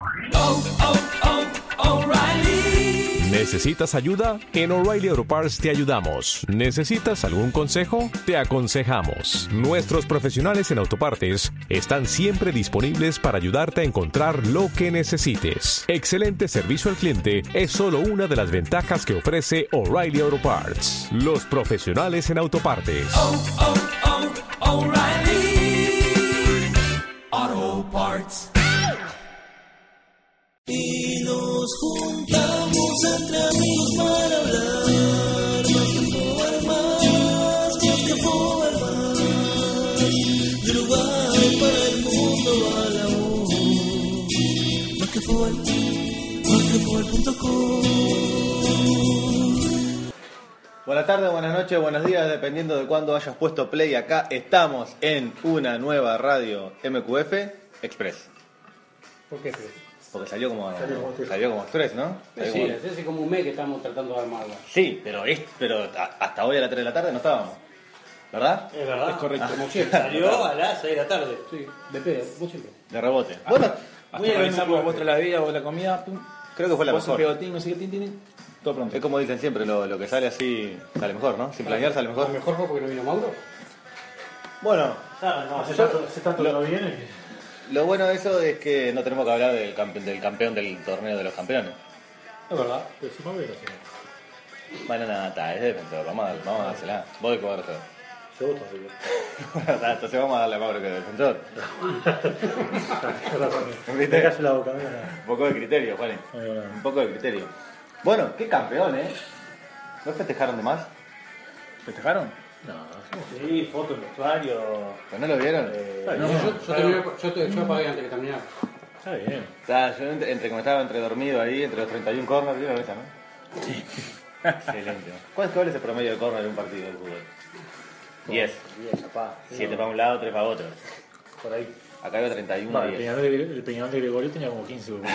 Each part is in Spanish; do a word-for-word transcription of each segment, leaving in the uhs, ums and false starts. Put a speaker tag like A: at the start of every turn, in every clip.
A: Oh, oh, oh, O'Reilly.
B: ¿Necesitas ayuda? En O'Reilly Auto Parts te ayudamos. ¿Necesitas algún consejo? Te aconsejamos. Nuestros profesionales en autopartes están siempre disponibles para ayudarte a encontrar lo que necesites. Excelente servicio al cliente es solo una de las ventajas que ofrece O'Reilly Auto Parts. Los profesionales en autopartes.
A: Oh, oh, oh, O'Reilly Auto Parts.
C: Y nos juntamos entre amigos para hablar más que fútbol, más, más que fútbol, más de Uruguay para el mundo a la voz, más que fútbol, más que fútbol punto com.
D: Buenas tardes, buenas noches, buenos días, dependiendo de cuándo hayas puesto play. Acá estamos en una nueva radio M Q F Express.
E: ¿Por qué Express?
D: Porque salió como,
E: Salió como Express.
D: salió como Express, ¿no? Salió
E: Sí,
D: como-
E: hace como un mes que estamos tratando de armarla.
D: Sí, pero, es, pero a- hasta hoy a las tres de la tarde no estábamos. ¿Verdad?
E: Es verdad.
F: Es correcto.
E: Como siempre. Salió a las seis de la tarde. Sí, de pedo, como siempre.
D: De rebote. Bueno,
F: Hasta
E: Muy
F: organizar
E: bien,
F: por vuestra la vida o la comida, pum,
D: creo que fue la
F: vos un
D: mejor.
F: pegotín, no sé qué, tin, tin, tin, todo pronto.
D: Es como dicen siempre, lo, lo que sale así sale mejor, ¿no? Sin planear sale
E: A
D: mejor.
E: lo mejor fue porque no vino Mauro.
D: Bueno,
E: hace
D: yo-
E: tanto, hace tanto
D: lo-
E: que no viene.
D: lo bueno de eso es que no tenemos que hablar del, campe- del campeón del torneo de los campeones.
E: Es verdad.
G: Pero si Mauro era así.
D: Bueno, nada, está, es defensor, vamos a, dar- vamos a dársela. Vos de cobrar todo.
G: Yo voto así.
D: Bueno, está, entonces vamos a darle a Mauro que es defensor. ¿Viste?
G: Me callo la boca, mira.
D: Un poco de criterio, Juan.
G: Muy bueno.
D: Un poco de criterio. Bueno, qué campeón, ¿eh? ¿No festejaron de más?
F: ¿Festejaron?
G: No,
E: Sí, foto en vestuario.
D: ¿Pues no lo vieron?
E: No, yo, yo, terminé- yo, te- yo apagué antes que terminara.
G: está bien.
D: O sea, yo entre, entre que me estaba entre dormido ahí, entre los treinta y uno corners, ¿vieron esa, no? Sí. Excelente. ¿Cuál, ¿Cuál es el promedio de corner de un partido de fútbol? diez.
G: Diez, papá.
D: siete para un lado, tres para otro.
G: Por ahí.
D: Acá veo treinta y uno,
G: No, el,
D: diez.
G: Peñarol de, el Peñarol de Gregorio tenía como quince. boludo.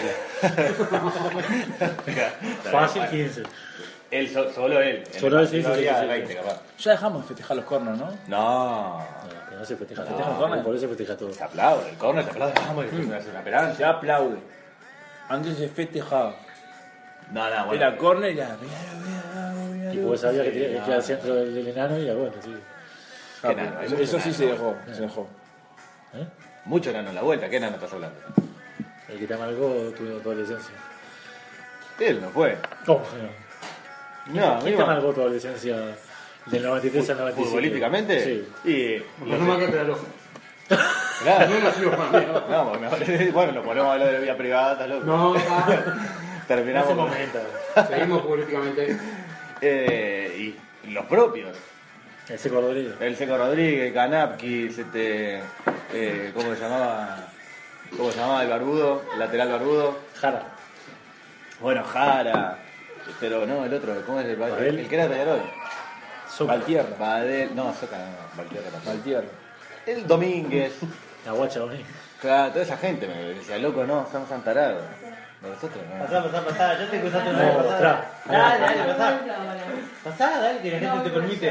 G: Fácil quince.
D: Él, so- solo él. En
G: Solo
D: el
G: él, sí,
D: partido
G: sí, sí,
D: había
G: sí,
D: veinte,
G: sí.
D: capaz.
F: Ya dejamos de festejar los corners, ¿no?
D: No.
G: No, que no se festeja
F: ¿Se
G: todo.
F: festeja el córner?
G: Por eso se festeja todo.
D: Se aplaude, el corner se aplaude. Vamos, es una, es una
F: Se
D: esperanza.
F: aplaude. Antes se festejaba.
D: No, no, bueno.
F: Era corner y era. Mira, mira, mira,
G: Y vos sabías que tenía que quedar al centro del, del enano y ya bueno, sí.
F: Ah,
D: Qué nano, hay
F: eso,
D: mucho
F: eso sí
D: nano.
F: se dejó, se dejó.
G: ¿Eh?
D: Mucho nano en la vuelta. ¿Qué nano estás hablando?
G: El que te amargó tuvo tu adolescencia.
D: Él no fue.
G: ¿Cómo?
D: No,
G: ¿Quién
D: mismo-
G: te amargó tu adolescencia del noventa y tres al noventa y siete?
D: ¿Futbolísticamente?
G: Sí.
D: Y.
E: No me marcaste el ojo.
D: Claro.
E: No nació para mí. ¿no?
D: No, porque mejor- bueno, lo ponemos a hablar de la vida privada, estás loco.
E: No, ah,
G: En ese
D: Terminamos. con-
G: momento.
E: seguimos políticamente.
D: Eh, y los propios.
G: El Seco Rodríguez.
D: El Seco Rodríguez, Canapkis, este. Eh, ¿Cómo se llamaba? ¿Cómo se llamaba el barbudo? El lateral barbudo.
G: Jara.
D: Bueno, Jara. Pero no, el otro, ¿cómo es el el,
G: Badel.
D: el que era de Peñarol?
G: Soca.
F: Valtierra.
D: Badel. No, Soca no, Valtierra tampoco.
F: Valtierra.
D: El Domínguez.
G: La guacha Domínguez.
D: Claro, toda esa gente me decía, loco, no, estamos tan tarados. Nosotros no.
H: Pasá, pasá, pasá, ya te cruzaste una
G: No,
H: vez, pasá.
G: atrás.
H: Dale, dale, pasá. Pasá, dale, que la gente te permite.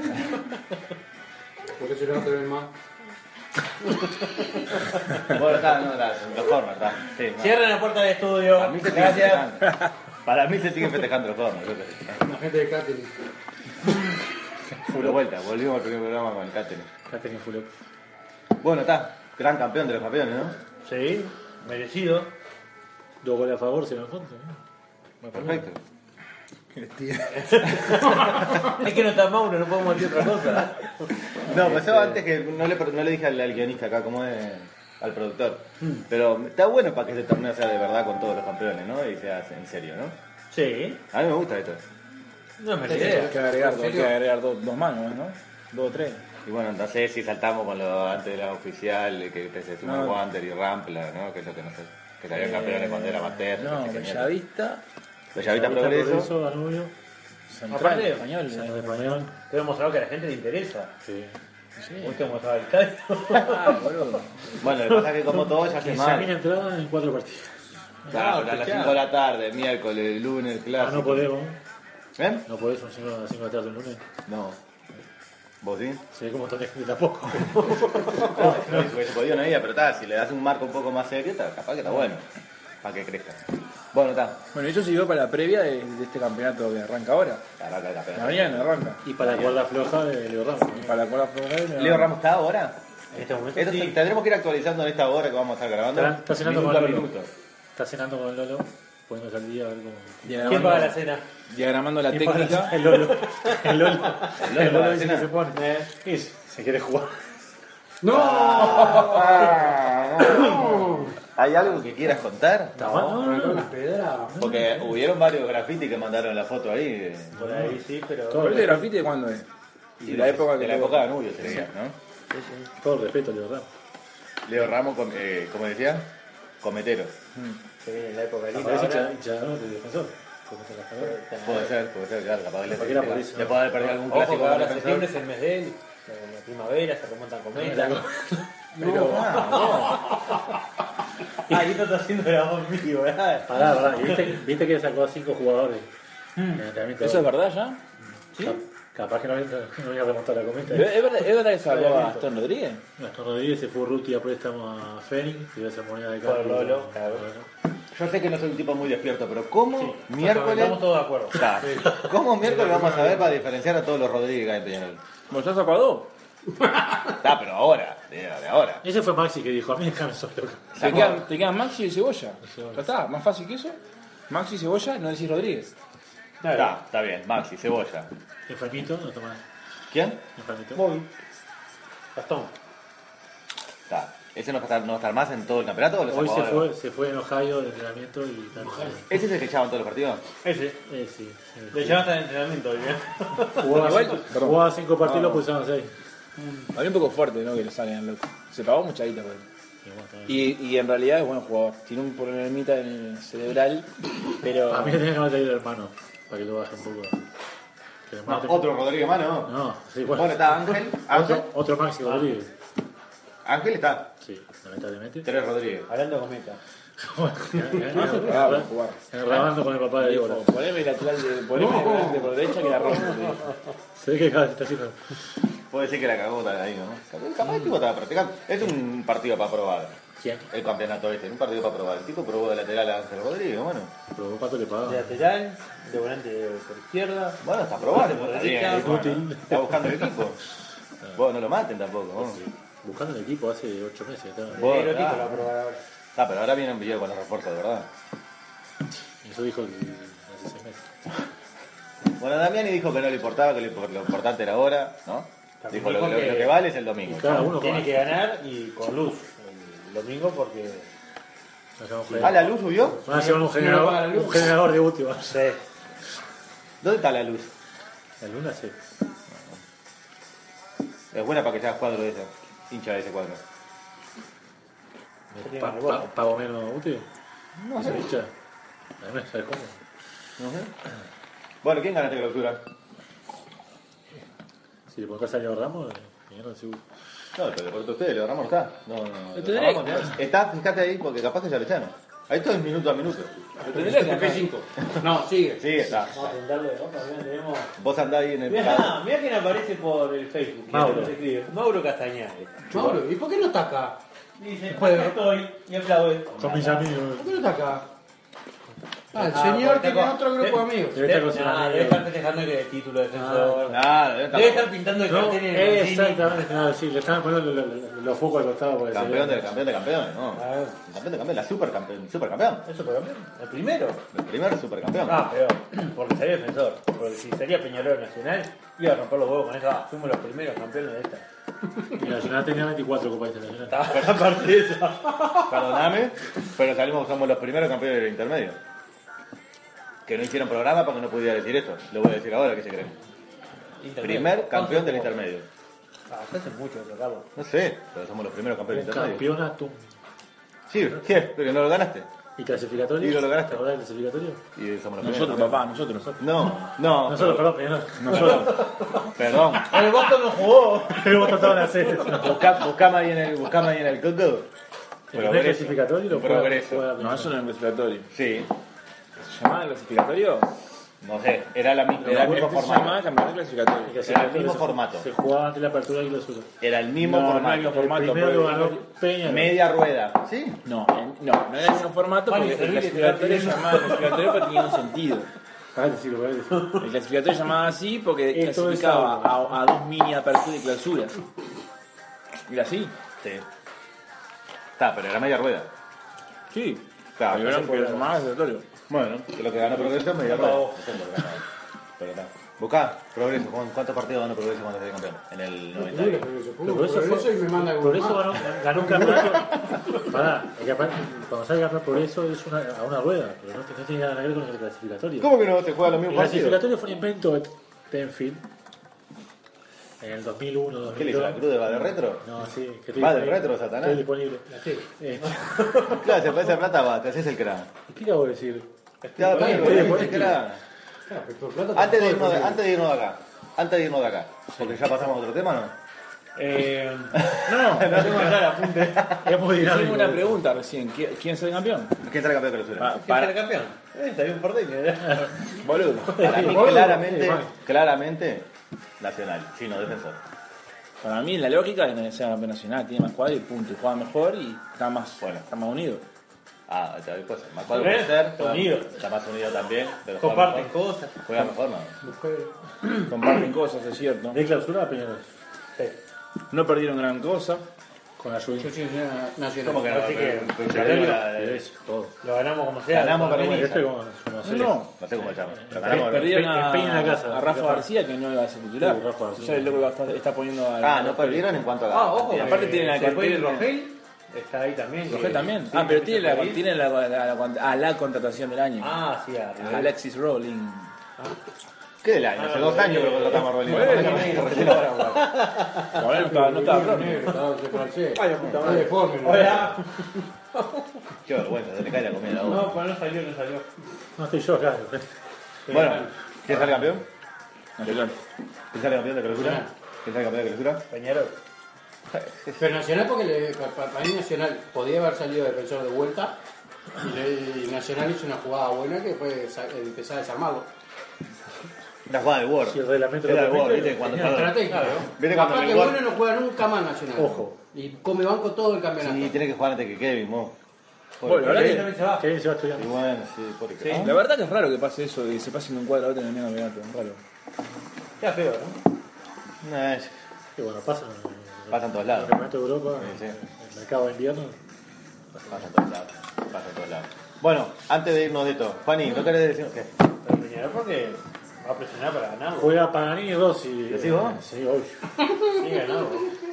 E: Por eso yo no te ven más.
D: Bueno, está, no, está, los corners, está. Sí, no.
H: Cierren la puerta del estudio.
D: Para mí se siguen
H: Gracias.
D: festejando. Para mí se siguen festejando los corners. yo qué sé.
E: La gente de Catering.
D: De vuelta, volvimos al primer programa con el Catering.
G: Catherine Fulop.
D: Bueno, está, gran campeón de los campeones, ¿no?
H: Sí, merecido.
G: Dos goles a favor, se lo contra. ¿No?
D: Perfecto.
H: Es que no está Mauro, no podemos decir otra cosa.
D: No, pues yo antes que no le, no le dije al, al guionista acá cómo es, al productor. Pero está bueno para que este torneo sea de verdad con todos los campeones, ¿no? Y sea en serio, ¿no?
H: Sí,
D: A mí me gusta esto.
H: no es mala
F: Hay
H: idea.
F: que agregar, hay que agregar dos, dos manos, ¿no? Dos o tres.
D: Y bueno, no sé si saltamos con lo antes de la oficial, que se suma
F: No.
D: Wander y Rampla, ¿no? Que es lo que no sé. Que salían campeones cuando era amateur.
F: No,
D: que se
F: Bellavista,
D: Bellavista Progreso.
G: Danubio.
F: Central,
H: Aparte,
F: Español.
G: San Español.
H: Te hemos mostrado que a la gente le interesa.
G: Sí.
H: Hoy te hemos mostrado el estadio.
F: Ah, boludo.
D: Bueno, lo que pasa es que como todo ya hace
G: quince mil
D: mal.
G: entradas en cuatro partidos.
D: Claro, pero a las cinco de la tarde, miércoles, lunes,
G: Ah,
D: claro.
G: no podemos.
D: ¿Eh?
G: No podés, son cinco a las cinco de la tarde el lunes.
D: No. ¿Vos sí?
G: Se ve como montón de gente tampoco.
D: No, no, se podía una idea, pero está, si le das un marco un poco más serio, está, capaz que está bueno. para que crezca. Bueno, está.
F: Bueno, eso sirvió para la previa de, de este campeonato que arranca ahora.
D: Arranca el campeonato.
F: Mañana arranca.
G: Y para la cuerda floja de Leo Ramos. ¿no?
F: Para la cuerda floja de
D: ¿Leo Ramos está ahora?
E: En este momento
D: Esto
E: sí.
D: te- tendremos que ir actualizando en esta hora que vamos a estar grabando.
G: Está- está cenando
D: minuto a
G: con Lolo.
D: minuto.
G: Está cenando con Lolo, poniéndose al día a ver cómo.
E: ¿Quién paga la cena?
F: Diagramando la
G: ¿Quién paga la
F: técnica.
G: cena? El Lolo. El Lolo.
D: Lolo
G: El Lolo
D: paga la
G: dice
D: cena.
G: que se pone. Y se quiere jugar.
D: ¿Hay algo que quieras contar?
G: No, no, no.
H: Las pedras.
D: Porque hubieron varios grafitis que mandaron la foto ahí.
E: Por ahí sí, pero.
G: Todo,
F: ¿El de grafite de cuándo es?
D: Y
F: De la época
D: de
F: que
D: la
F: tuvo-
D: época de Danubio sería, ¿no?
G: todo el respeto a Leo Ramos.
D: Leo Ramos, com- eh, como decía, cometero.
E: Se viene la época linda.
G: Aparece
E: ahora.
G: hincha de defensor. Como se las cagó.
D: Puede ser, puede ser, claro, capaz que le,
G: Cualquiera por eso.
D: le puede haber perdido algún
E: Ojo
D: clásico
E: que
D: con
E: ahora
D: el
E: septiembre
D: defensor.
E: es el mes de él. En la primavera se remontan cometas.
D: Pero, ah,
E: Ahí no está haciendo la voz mío, ¿verdad?
G: Pará, pará. ¿Y ¿Viste, viste que sacó a cinco jugadores? En el entrenamiento.
F: ¿Eso es verdad ya?
G: Cap- Capaz que no, no voy a remontar la cometa.
F: ¿Es es verdad, es verdad que sacó a Aston Rodríguez?
G: Gastón Rodríguez se fue Ruti a préstamo a Fénix, que iba a ser moneda de
E: Por
G: cambio.
E: Lolo, claro.
D: yo sé que no soy un tipo muy despierto, pero ¿cómo
E: Estamos
D: miércoles?
E: todos de acuerdo.
D: Está. ¿Cómo miércoles vamos a ver para diferenciar a todos los Rodríguez que hay en Peñarol?
F: ¿Vos ya sacó a dos?
D: Está, pero ahora, de, de ahora.
G: Ese fue Maxi que dijo, a mí déjame solo.
F: Te quedan, te quedan Maxi y Cebolla. Ya está, más fácil que eso. Maxi y Cebolla, no decís Rodríguez.
D: Está, está bien, Maxi, Cebolla.
G: Enfermito, no toma.
D: ¿Quién?
G: Enfermito.
E: Muy. Gastón.
D: Está. ¿Ese no va a estar, no va a estar más en todo el campeonato o lo
G: Hoy
D: sacó
G: se
D: ahora?
G: fue, se fue en Ohio de entrenamiento y tal.
D: ¿Ese es el que echaban todos los partidos?
E: Ese.
G: Eh, sí, sí.
E: Le llevaste al entrenamiento hoy, ¿eh?
G: Jugaba,
F: Igual,
G: cinco,
F: perdón.
G: jugaba cinco partidos,
F: Ah.
G: lo pulsaban seis.
F: A mí un poco fuerte, ¿no? Que lo salgan loco. Se pagó mucha guita por él.
G: Y bueno, está bien.
F: Y, y en realidad es buen jugador. Tiene un problemita en el cerebral, pero.
G: A mí le tenía que haber traído el hermano, para que lo baje un poco. Que el
D: No,
G: hermano te-
D: otro Rodríguez más, ¿no?
G: No, sí, bueno.
D: Bueno, está Ángel. Ángel.
G: Otro, otro Maxi Rodríguez.
D: Ángel está.
G: Sí, lamentablemente.
D: Tres Rodríguez.
E: Hablando de cometa.
F: Ah, buen jugador.
G: Enredando con el papá de Débora.
F: Dijo, poneme lateral de, poneme lateral por derecha que la rompo.
G: Se ve que cada vez está haciendo.
D: Puede decir que la cagó ahí, ¿no? Capaz el tipo estaba practicando. Es un partido para probar.
G: ¿Quién?
D: El campeonato este, un partido para probar. El tipo probó de lateral a Ángel Rodríguez, bueno.
G: Pero cuánto le
E: De
G: pagaba.
E: lateral, de volante por izquierda.
D: Bueno, está probando.
E: Por
D: Está bien,
E: derecha.
D: bueno. Está buscando el equipo. Vos no lo maten tampoco. Vos.
G: Buscando el equipo hace ocho meses. Estaba.
D: Vos,
E: Negro Tito
D: ah.
E: lo va a probar ahora.
D: Ah, pero ahora viene un video con los refuerzos, de verdad.
G: Eso dijo el- hace seis meses.
D: Bueno, Damiani dijo que no le importaba, que lo impor- lo importante era ahora, ¿no? Dijo lo,
E: Dijo
D: lo-
E: que-
D: lo que vale es el domingo.
G: Cada uno
E: Tiene
G: con-
E: que ganar y con luz el domingo porque.
G: Nos llevamos un
D: ¿Ah, la
G: generador.
D: luz subió?
G: Van a llevar un
E: No, no paga la
G: generador,
E: luz.
G: un generador de útil.
E: Sí.
D: ¿Dónde está la luz?
G: La luna sí.
D: Es buena para que seas cuadro de ese. Hincha de ese cuadro.
G: Pa- pa- ¿Pago menos útil? No sé. Además, ¿sabes cómo?
D: Bueno, ¿quién gana esta clausura?
G: Si le pones a Leo Ramos, eh, Peñarol seguro.
D: No, pero por ustedes, le Ramos está. No, no, no.
F: Lo tendré
D: Ramos,
F: que-
D: ¿no? Está, fíjate ahí, porque capaz que ya lo echaron. Ahí todo es minuto a minuto.
F: Lo tendría que ganar.
H: No, sigue.
D: Sí, está.
E: Vamos a tentarlo de otra, mirá, tenemos.
D: Vos andás ahí en el.
E: Mirá, mirá quién aparece por el Facebook. que
G: Mauro.
E: nos escribe. Mauro Castañares.
H: Mauro, ¿y por qué no está acá?
E: Dice,
H: Bueno.
E: acá estoy. Y aplaude.
G: Con mis amigos.
H: ¿Por qué no está acá? Ah, el
E: Ah,
H: señor
E: porque
H: tiene
E: acá-
H: otro grupo de amigos.
G: Debe estar con sus
E: Nah,
G: amigos.
E: debe estar festejando que el título de defensor.
D: Nada, debe estar.
E: Debe estar pintando el
G: No,
E: cartel en el Mancini.
G: exactamente. No, sí, le estaban poniendo los, los, los focos al costado. porque
D: Campeón
G: se-
D: del campeón de campeones, ¿no?
E: Ah,
D: El campeón de campeón, la supercampeón. Supercampeón.
E: ¿Eso por campeón? ¿El primero?
D: El primer supercampeón.
E: Ah, pero porque sería defensor. Porque si sería Peñarol Nacional, iba a romper los huevos con eso. Ah, fuimos los primeros campeones de esta.
G: Y Nacional tenía veinticuatro copas internacionales.
E: Estaba aparte de eso.
D: Perdóname, pero salimos, somos los primeros campeones del intermedio. Que no hicieron programa para que no pudiera decir esto. Lo voy a decir ahora, ¿qué se creen? Primer campeón del intermedio.
E: Ah, se hace mucho eso, Carlos.
D: No sé, pero somos los primeros campeones del intermedio.
G: Campeonato.
D: Sí, ¿qué? Pero no lo ganaste.
G: ¿Y clasificatorio?
D: Y lo lograste.
G: ¿Te acordás del clasificatorio?
D: Y somos los
F: Nosotros,
D: primeros.
F: papá, nosotros.
D: No, no.
G: Nosotros, perdón, Peñarol.
D: Nosotros. Perdón.
E: El Boston no jugó.
G: Pero vos trataban de hacer eso.
D: Busca- Buscame ahí en el, buscame ahí en el coco.
G: El primer clasificatorio lo juega-
D: Progreso.
G: juega
F: No, eso no es un clasificatorio.
D: Sí.
F: ¿Se llamaba el clasificatorio?
D: No sé, era, la, mi-
F: Era
D: era
F: el
D: el mismo
F: mismo formato.
D: formato.
F: Campeonato clasificatorio.
G: El
D: Era el mismo
G: se-
D: formato.
G: Se jugaba ante la apertura y clausura.
D: Era el mismo
F: No, no
D: formato.
F: era el mismo formato.
G: El primero
F: pero-
G: lo ganó Peña.
D: Media rueda. ¿Sí?
F: No, en- no, no era el mismo formato
E: Vale,
F: porque el
E: servir,
F: clasificatorio
E: servir.
F: llamaba clasificatorio pero tenía un sentido.
G: Para decirlo, para decirlo.
F: El clasificatorio llamaba así porque
G: Esto
F: clasificaba
G: es algo.
F: a, a dos mini apertura y clausura. ¿Y así?
D: Sí. Está, pero era media rueda.
F: Sí.
D: Claro,
F: Pero,
D: sí,
F: pero
D: sí.
F: llamaba clasificatorio.
D: Bueno, que lo que ganó Progreso es media rueda. No sé lo que ganó. Pero está. Buscá, Progreso. ¿Cuán- ¿Cuántos partidos ganó Progreso cuando fue campeón? En el noventa.
I: Tuve progreso,
G: Pero
I: pongo
G: eso
I: progreso
G: fue-
I: y me manda
G: Por eso
I: algo
G: ganó, ganó un campeonato. Pará, es que aparte, cuando sale campeón por eso es una, a una rueda, pero no, no tiene nada que ver con el clasificatorio.
D: ¿Cómo que no te juega los
G: El
D: mismos partidos?
G: clasificatorio fue un invento de Tenfield en el dos mil uno, dos mil dos.
D: ¿Qué le hizo la cruz de va de retro?
G: No, sí, que estoy
D: Va de
G: disponible.
D: retro, Satanás.
G: Estoy disponible. Eh,
D: Claro, se parece a plata, va, te haces el crack.
G: ¿Qué acabo de decir?
D: Ya,
G: Estoy
D: pero el
G: disponible.
D: crack. Antes de irnos de, antes de irnos de acá. Antes de irnos de acá. Porque ya pasamos a otro tema, ¿no?
F: Eh, no,
G: Es muy
F: hicimos
G: dinámico.
F: una pregunta recién. ¿Qui- ¿Quién es el campeón?
D: ¿Quién sale campeón de clausura?
F: Pa-
E: ¿Quién
F: para,
E: será campeón? Eh, salió un porteño.
F: boludo.
D: Para mí,
G: Boludo,
D: claramente,
G: sí, man.
D: claramente, Nacional, chino, defensor.
F: Para mí la lógica es que sea campeón nacional, tiene más cuadro y punto, y juega mejor y está más,
D: Bueno.
F: está más unido.
D: Ah, está bien, puede ser. Más cuadro
E: ¿Eh?
D: puede ser. juega-
E: Unido.
D: Está más unido también. Pero juega
E: Comparten
D: mejor.
E: cosas.
D: Juega mejor, no.
F: Comparten cosas, es cierto.
G: De clausura a Peñarol.
F: No perdieron gran cosa.
G: Con la lluvia.
I: Yo soy nacional.
D: ¿Cómo que no?
E: Así que-
D: Pero- pero- pero- la-
G: Eso, todo.
E: Lo ganamos como sea.
D: Ganamos, pero
E: También.
D: bueno.
G: Este como, como
F: No,
G: se-
F: no.
D: No sé cómo se llama. Pero
G: Pe-
D: ganamos.
F: Perdieron
G: Pe-
F: a,
G: Peña en la casa.
F: a Rafa García que no iba a ser titular.
G: Sí, Rafa García.
F: Ya el loco está, está poniendo a
D: Ah, no perdieron en cuanto a.
E: Ah, ojo.
F: Y aparte
E: eh,
F: tiene la
E: se fue
F: cartera-
E: Rogel. Está ahí también.
F: Rogel
E: que-
F: también.
E: sí,
F: Ah, pero
E: que
F: tiene
E: se
F: la,
E: fue ahí.
F: tiene la, la, la- a la contratación del año.
E: Ah, sí, a Rogel.
F: Alexis Rowling.
D: ¿Qué del año? Hace dos años que lo contratamos a Rolling.
F: Bueno.
D: Recién ahora, bueno.
F: Bueno, no estaba, no estaba pronto.
I: Negro, estaba de francés.
E: Ay, la puta
I: Está
E: madre.
I: deforme, ¿no?
E: Hola.
D: Qué vergüenza, se le cae la comida a la boca.
E: No, pues no salió, no salió.
G: No estoy yo acá.
D: Bueno, ¿quién sale campeón?
F: Nacional.
D: ¿Quién sale campeón de clausura? ¿Quién sale campeón de clausura?
E: Peñarol.
I: Pero Nacional, porque le, pa- pa- para mí Nacional podía haber salido defensor de vuelta y, le- y Nacional hizo una jugada buena que fue sa- empezar a desarmarlo.
D: La jugada de Word.
G: Si el reglamento
D: Era
G: lo
D: de Word,
G: permite,
D: ¿viste? Cuando
I: Tenía
D: cuando-
I: estrategia,
D: ¿Viste
I: ¿no?
D: cuando
I: Capaz
D: el
I: que
D: gol-
I: bueno no juega nunca más Nacional.
G: Ojo.
I: Y come banco todo el campeonato.
D: Sí, tiene que jugar antes que Kevin, vos.
F: Bueno, la verdad
E: Ahí
F: que-
E: también se va.
G: Kevin se va
D: Y
G: estudiando.
D: bueno, sí, por
F: Sí, la verdad que es raro que pase eso, de se pase de un cuadro a otro en el mismo campeonato. Es raro.
E: Está feo, ¿no?
D: No, es-
G: Y bueno, pasan.
D: Pasa en todos lados.
G: El campeonato de Europa,
D: Sí, sí.
G: el mercado de invierno.
D: Pasa en todos lados. Pasa en todos lados. Bueno, antes de irnos de esto, Fanny, ¿no querés decir qué?
E: Pero Peñarol porque va a presionar para ganar.
G: Juega Paganini y Rossi.
D: ¿Decís vos?
G: Sí, obvio.
E: Sí, ganado.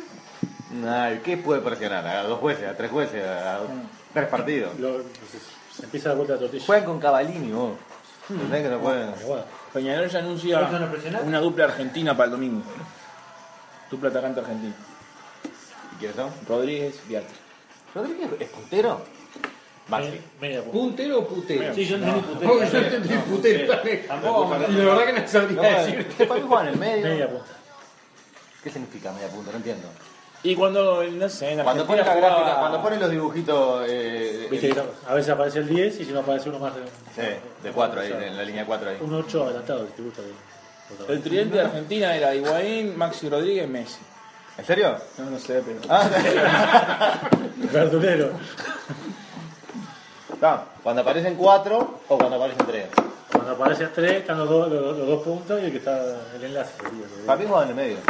D: Ay, ¿qué puede presionar? ¿A dos jueces? ¿A tres jueces? ¿A tres partidos?
G: Lo- se empieza la vuelta de tortilla.
D: Juegan con Cavallini, vos. ¿Entendés que no pueden?
G: Pero bueno,
F: Peñarol ya anuncia
E: ¿Eso no presiona?
F: una dupla argentina para el domingo. Dupla atacante argentina.
D: ¿Y quiénes son?
F: Rodríguez, Beatriz.
D: ¿Rodríguez es puntero? Maxi.
G: media- media punta.
I: ¿Puntero o putero?
E: Sí, yo entendí putero.
I: Porque yo entendí putero también.
E: Tampoco.
I: Y la verdad que no
D: No,
I: sabría decir.
D: ¿Qué para mí juegan en el medio?
G: Media punta.
D: ¿Qué significa media punta? No entiendo.
F: Y cuando, no sé, en
D: Cuando
F: Argentina
D: ponen la
F: jugaba-
D: gráfica, cuando ponen los dibujitos eh,
G: Viste
D: eh,
G: que a veces aparece el diez y si no aparece uno más de.
D: sí, de cuatro ahí, en la línea cuatro ahí.
G: Un ocho adelantado, si te gusta.
F: El tridente de Argentina era Higuaín, Maxi Rodríguez, Messi.
D: ¿En serio?
F: No, no sé, pero...
D: Ah,
G: Verdulero.
D: está. Cuando aparecen cuatro o cuando aparecen tres.
G: Cuando aparece tres, están los dos, los, los dos puntos y el que está el enlace. sería, sería.
D: Para mí juegan en el medio.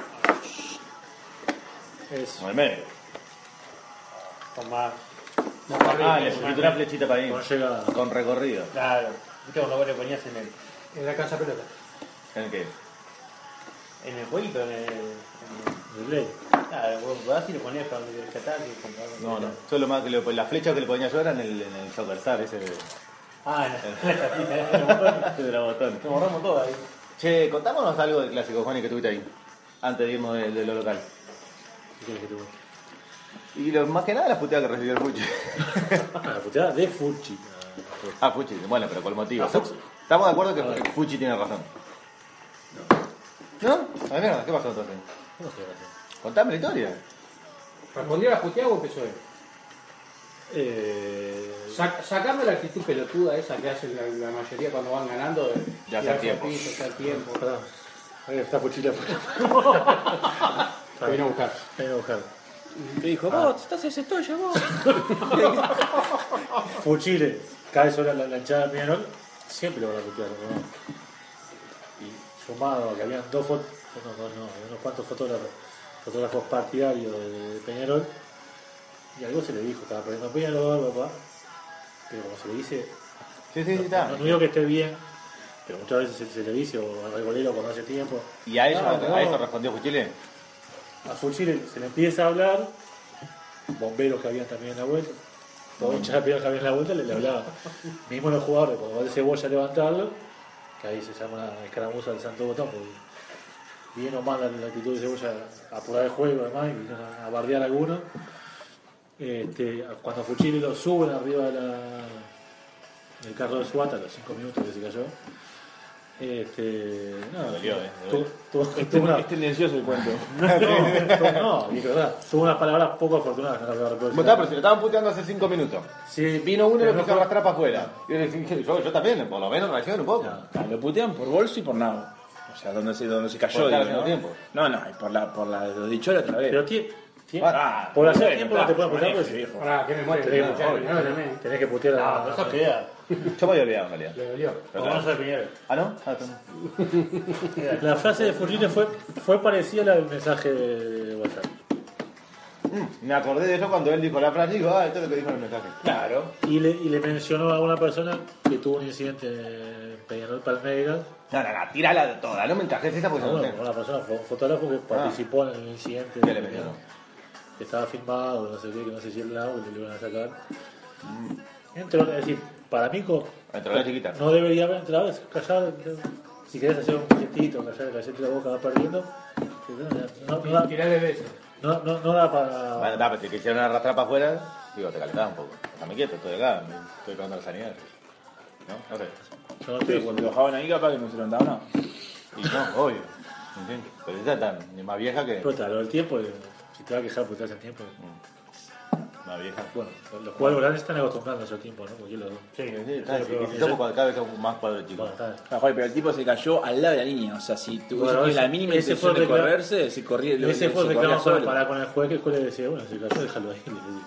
G: Es
D: En el medio.
E: Con más.
I: No, para arriba,
D: Ah, le pusiste una flechita para ahí.
G: con llegada.
D: Con recorrido.
E: Claro. Viste cuando vos le ponías en el,
I: en la cancha pelota.
D: ¿En el qué?
E: en el jueguito, en el. En
G: El play.
E: el claro, vos vas y le ponías para donde querés catar y comprar.
D: No, no. Solo más que le, la flecha que le ponía yo era en el, en el Soccer Star, ese de,
E: Ah, no.
D: ese de la botón.
E: Nos borramos todo ahí.
D: Che, contámonos algo del clásico, Juan, que tuviste ahí. Antes de irnos de, de lo local.
G: ¿Qué quieres que te cuente?
D: Y lo, más que nada la puteada que recibió el Fuchi.
G: Ah, la puteada de Fuchi.
D: Ah, Fuchi, bueno, pero por motivo.
G: Ah, Fuchi.
D: Estamos de acuerdo que Fuchi tiene razón. ¿No? A ver, ¿qué pasó entonces?
G: ¿Cómo se hace?
D: Contame la historia.
I: ¿Respondió a la puteada o empezó él?
G: Eh,
I: Sac- sacame la actitud pelotuda esa que hacen la, la mayoría cuando van ganando. De,
D: Ya hace
I: tirarse
D: tiempo.
I: al piso, ya al tiempo.
G: Perdón. Ahí está Fuchile afuera.
I: Te viene a buscar.
G: Ven a buscar.
F: Te dijo, vos, estás ese toyo, vos.
G: Fuchile cae sobre la, la hinchada de Peñarol, siempre lo van a putear, ¿no? Y sumado a que habían dos fotos, no, no, no, había unos cuantos fotógrafos, fotógrafos partidarios de, de Peñarol, y algo se le dijo, estaba perdiendo Peñarol, papá, pero como se le dice,
D: Sí, sí, sí, está.
G: no, no digo que esté bien, pero muchas veces se, se le dice, o al golero cuando hace tiempo,
D: ¿Y a eso,
G: No, no.
D: a eso respondió Fuchile?
G: a Fuchile se le empieza a hablar, bomberos que habían también en la vuelta, todos hinchas de Peñarol que habían en la vuelta le, le hablaban. Mismo los jugadores, cuando va el Cebolla a levantarlo, que ahí se llama la escaramuza del Santo Botón, porque bien o mal la, la actitud de Cebolla a apurar el juego además y vinieron a, a bardear a algunos. Este, cuando Fuchile lo suben arriba de la, del carro de Suata, a los cinco minutos que se cayó, este, no,
D: Me dolió, eh, me
G: tuvo-
D: dolió.
G: tuvo-
F: Es,
G: tuvo una-
F: es tendencioso el cuento.
G: no, no, no, y es verdad, tuvo unas palabras poco afortunadas, no las voy a reproducir.
D: Bueno, está, pero si lo estaban puteando hace cinco minutos.
G: Sí,
D: Vino uno y
G: pero
D: lo
G: no
D: quiso
G: fue-
D: arrastrar para afuera. Y yo, le dije, yo, yo también, por lo menos reacciono un poco.
G: No.
F: Ah, lo putean por bolso y por nada. O sea, donde se, donde se cayó.
D: Por estar
F: digo,
D: haciendo
F: ¿no?
D: tiempo.
F: No, no, y por la, por la lo dicho la otra vez.
G: Pero tiene, tiene-
F: Ah,
G: por hacer
F: bueno,
G: tiempo no te pueden putear,
F: claro,
G: pues,
F: viejo.
I: Pará, que me muere.
G: tenés,
I: me
G: que-
I: muere, me muere, me
G: tenés que putear a
E: No, pero eso queda.
D: Yo me había olvidado en realidad.
I: Le dolió.
D: Pero
E: Como no
D: claro.
E: soy Peñarol.
D: ¿Ah, no? Ah, está.
G: La frase de Fuchile fue, fue parecida a la del mensaje de WhatsApp.
D: Mm, me acordé de eso cuando él dijo la frase y digo, ah, esto es lo que dijo en el mensaje.
F: Claro.
G: Y le, y le mencionó a una persona que tuvo un incidente en Peñarol Palmeiras.
D: No, no, no, tírala toda, no me encajes esa porque
G: Ah,
D: no
G: bueno,
D: sé.
G: una persona, fue un fotógrafo que participó en el incidente.
D: ¿Qué le mencionó?
G: Que estaba filmado, no sé qué, que no sé si el lado, que le iban a sacar. Entró, es decir, para mí co-
D: Entró la chiquita.
G: no debería haber entrado, es callar. Si querés hacer un gestito, callar, callarte la boca, va perdiendo. No, no, da-
I: Tirale besos.
G: no, no, no da para.
D: Bueno, está, pero si quisieron arrastrar para afuera, digo, te calentaba un poco. Déjame quieto, estoy acá, me estoy tomando la sanidad. ¿No? No sé.
G: Yo no estoy de
F: Sí,
G: acuerdo.
F: lo dejaban ahí capaz que no se lo andaban nada.
D: Y no, obvio. ¿Entiendes? Pero esa está ni más vieja que.
G: Pero está, lo del tiempo, eh, si te va a quejar porque te hace tiempo.
D: Más vieja.
G: Bueno, los jugadores grandes están acostumbrando a ese tiempo, ¿no? Porque los dos.
D: Sí, sí, está, sí, sí, somos cuadros- cada vez somos más cuadros chicos.
G: Bueno, está.
F: Ah, joder, pero el tipo se cayó al lado de la línea. O sea, si tuviese
G: Bueno,
F: la
G: ese-
F: mínima
G: ese
F: intención
G: fue
F: de
G: el reclamo-
F: correrse, se corría, lo-
G: Ese fue el
F: se corría
G: reclamo para
F: solo.
G: parar con el juez, que el juez le decía, bueno, se cayó, déjalo ahí. le decía.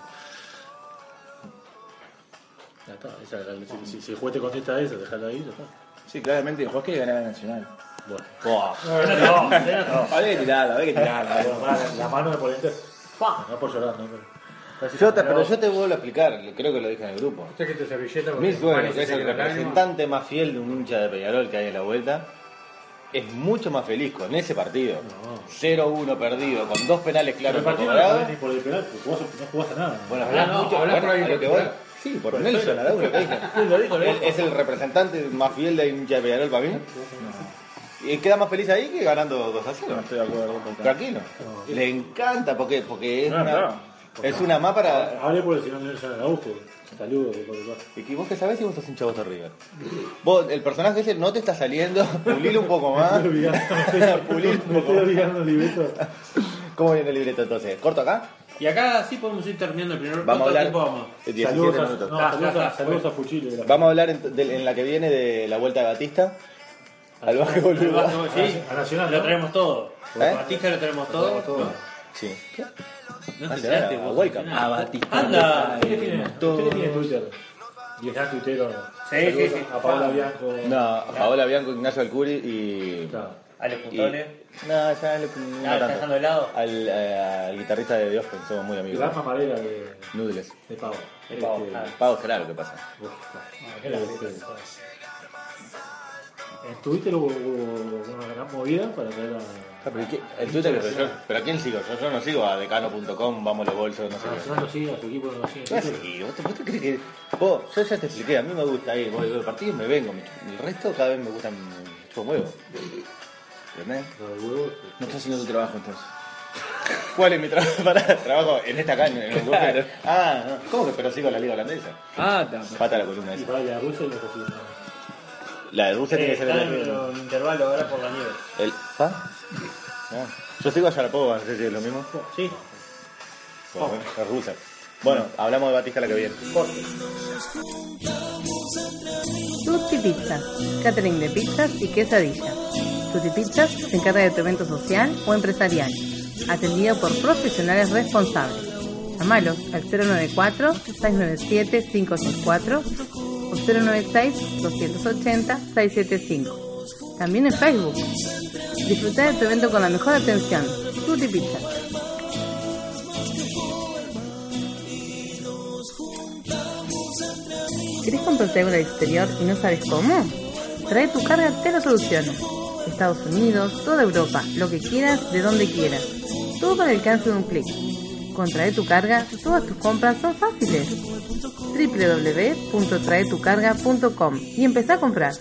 G: Ya está, esa era la- si, si- si el juez te contesta eso, déjalo ahí, ya está.
F: Sí, claramente el juez quiere ganar a Nacional.
G: Bueno.
D: Buah.
G: No, no,
F: Había que tirarla, había que tirarla.
G: Bueno, para, la mano de Polente, ¡pam! No por llorar, no. Pero,
D: Yo te- pero yo te vuelvo a explicar, creo que lo dije en el grupo.
I: Usted que tu servilleta porque
D: Mi suegro,
I: Juan
D: que es
I: se
D: el
I: seca la lágrima.
D: representante más fiel de un hincha de Peñarol que hay en la vuelta, es mucho más feliz con ese partido. cero uno perdido, con dos penales
G: Pero
D: claros
G: el
D: por
G: partido no
D: cobrado.
G: lo ni por el penal, porque vos no jugaste nada.
D: Bueno,
I: Habla,
D: hablás
I: no,
D: mucho,
I: habla
D: bueno,
I: por ahí
D: a lo que
I: particular.
D: voy. Sí, por Nelson, a lo que dije.
G: Lo dijo, lo
D: Él
G: dijo.
D: es el representante más fiel de hincha de Peñarol para mí. Y queda más feliz ahí que ganando dos a
F: No
D: cero.
F: estoy de acuerdo. porque-
D: Tranquilo. Le encanta porque, porque es,
F: No,
D: una,
F: no.
D: es una más para.
G: Hablé por el señor Nelson Araujo. Saludos, por el
D: ¿Y que vos qué sabés si vos sos hincha de River? Vos, el personaje ese no te está saliendo, pulilo un poco más.
G: Me
D: Pulilo un poco
G: estoy
D: más.
G: olvidando el libreto.
D: ¿Cómo viene el libreto entonces? ¿Corto acá?
E: Y acá sí podemos ir terminando el primer.
D: Vamos a
E: ¿Cuánto
D: hablar.
E: tiempo vamos?
D: diecisiete
G: Saludos a,
D: minutos.
G: no,
E: Ah,
G: saludos
E: ya
G: a,
E: está,
G: saludos
E: bueno.
G: a Fuchile. de la-
D: Vamos a hablar en, de- en la que viene de la vuelta de Batista al básquetbol
E: El
D: uruguayo.
E: Vasco, sí,
G: A Nacional,
E: lo
G: ¿no?
E: traemos todo.
D: ¿Eh?
E: Batista lo traemos todo.
D: Sí.
E: No
D: Ah,
E: te
D: será,
E: tiraste
D: a
E: vos,
D: Welcome.
E: nada.
F: A Batista.
E: Anda.
G: ¿Usted tiene, usted tiene Twitter? Y está tuitero.
E: Sí, sí,
G: Saludos
E: sí.
G: A Paola Bianco.
D: No, a Paola Bianco, Ignacio Alcuri y.
G: Claro.
E: Ale
D: y-
E: Puntones.
D: No, ya le, no
E: Ah, ¿estás
D: tanto.
E: dejando de lado?
D: Al, eh, al guitarrista de Dios, porque somos muy amigos.
G: Grama Madera de,
D: Noodles.
G: de Pavo.
E: De Pavo,
G: Este,
E: ah.
D: Pagos, claro, ¿qué pasa?
G: uf,
E: qué la
G: este, En Twitter hubo, hubo una gran movida para traer a.
D: Ah, pero ¿y qué? El Twitter, pero, yo, pero ¿a quién sigo? Yo, yo no sigo a decano punto com, vamos los bolsos, no sé
G: A
D: qué.
G: Nacional lo sigue, a su equipo no lo sigue.
D: ¿Qué haces? ¿Y ¿Vos, te- vos te crees que.? Vos, yo ya te expliqué, a mí me gusta ir, voy a ver partidos y me vengo. me- El resto cada vez me gustan mucho huevo. ¿Entendés?
G: Lo del huevo, este,
F: No estás haciendo tu trabajo entonces.
D: ¿Cuál es mi trabajo? Para trabajo en esta caña, en el
F: Claro.
D: Ah, no. ¿Cómo que? Pero sigo la liga holandesa.
F: Ah, está.
D: Pata la columna
G: Y
D: esa.
G: para la Rusia y lo consigue.
D: La de Rusia
E: Eh,
D: tiene que ser
E: está
D: el.
E: en un intervalo ahora por la nieve.
D: el ¿Ah? No. Yo sigo a Sharapova, no sé si es lo mismo.
E: Sí.
D: Bueno, es rusa. Bueno, hablamos de Batista la que viene.
J: Tutti Pizza, catering de pizzas y quesadillas. Tutti Pizzas se encarga de tu evento social o empresarial, atendido por profesionales responsables. Llámalos al cero nueve cuatro, seis nueve siete, cinco seis cuatro o cero nueve seis, dos ocho cero, seis siete cinco. También en Facebook. Disfruta de tu evento con la mejor atención. Tutti Pizza. ¿Querés comprarte algo del exterior y no sabes cómo? Trae tu carga, te lo soluciona. Estados Unidos, toda Europa, lo que quieras, de donde quieras. Todo al alcance de un clic. Con Trae tu carga, todas tus compras son fáciles. doble u doble u doble u punto trae tu carga punto com y empezá a comprar.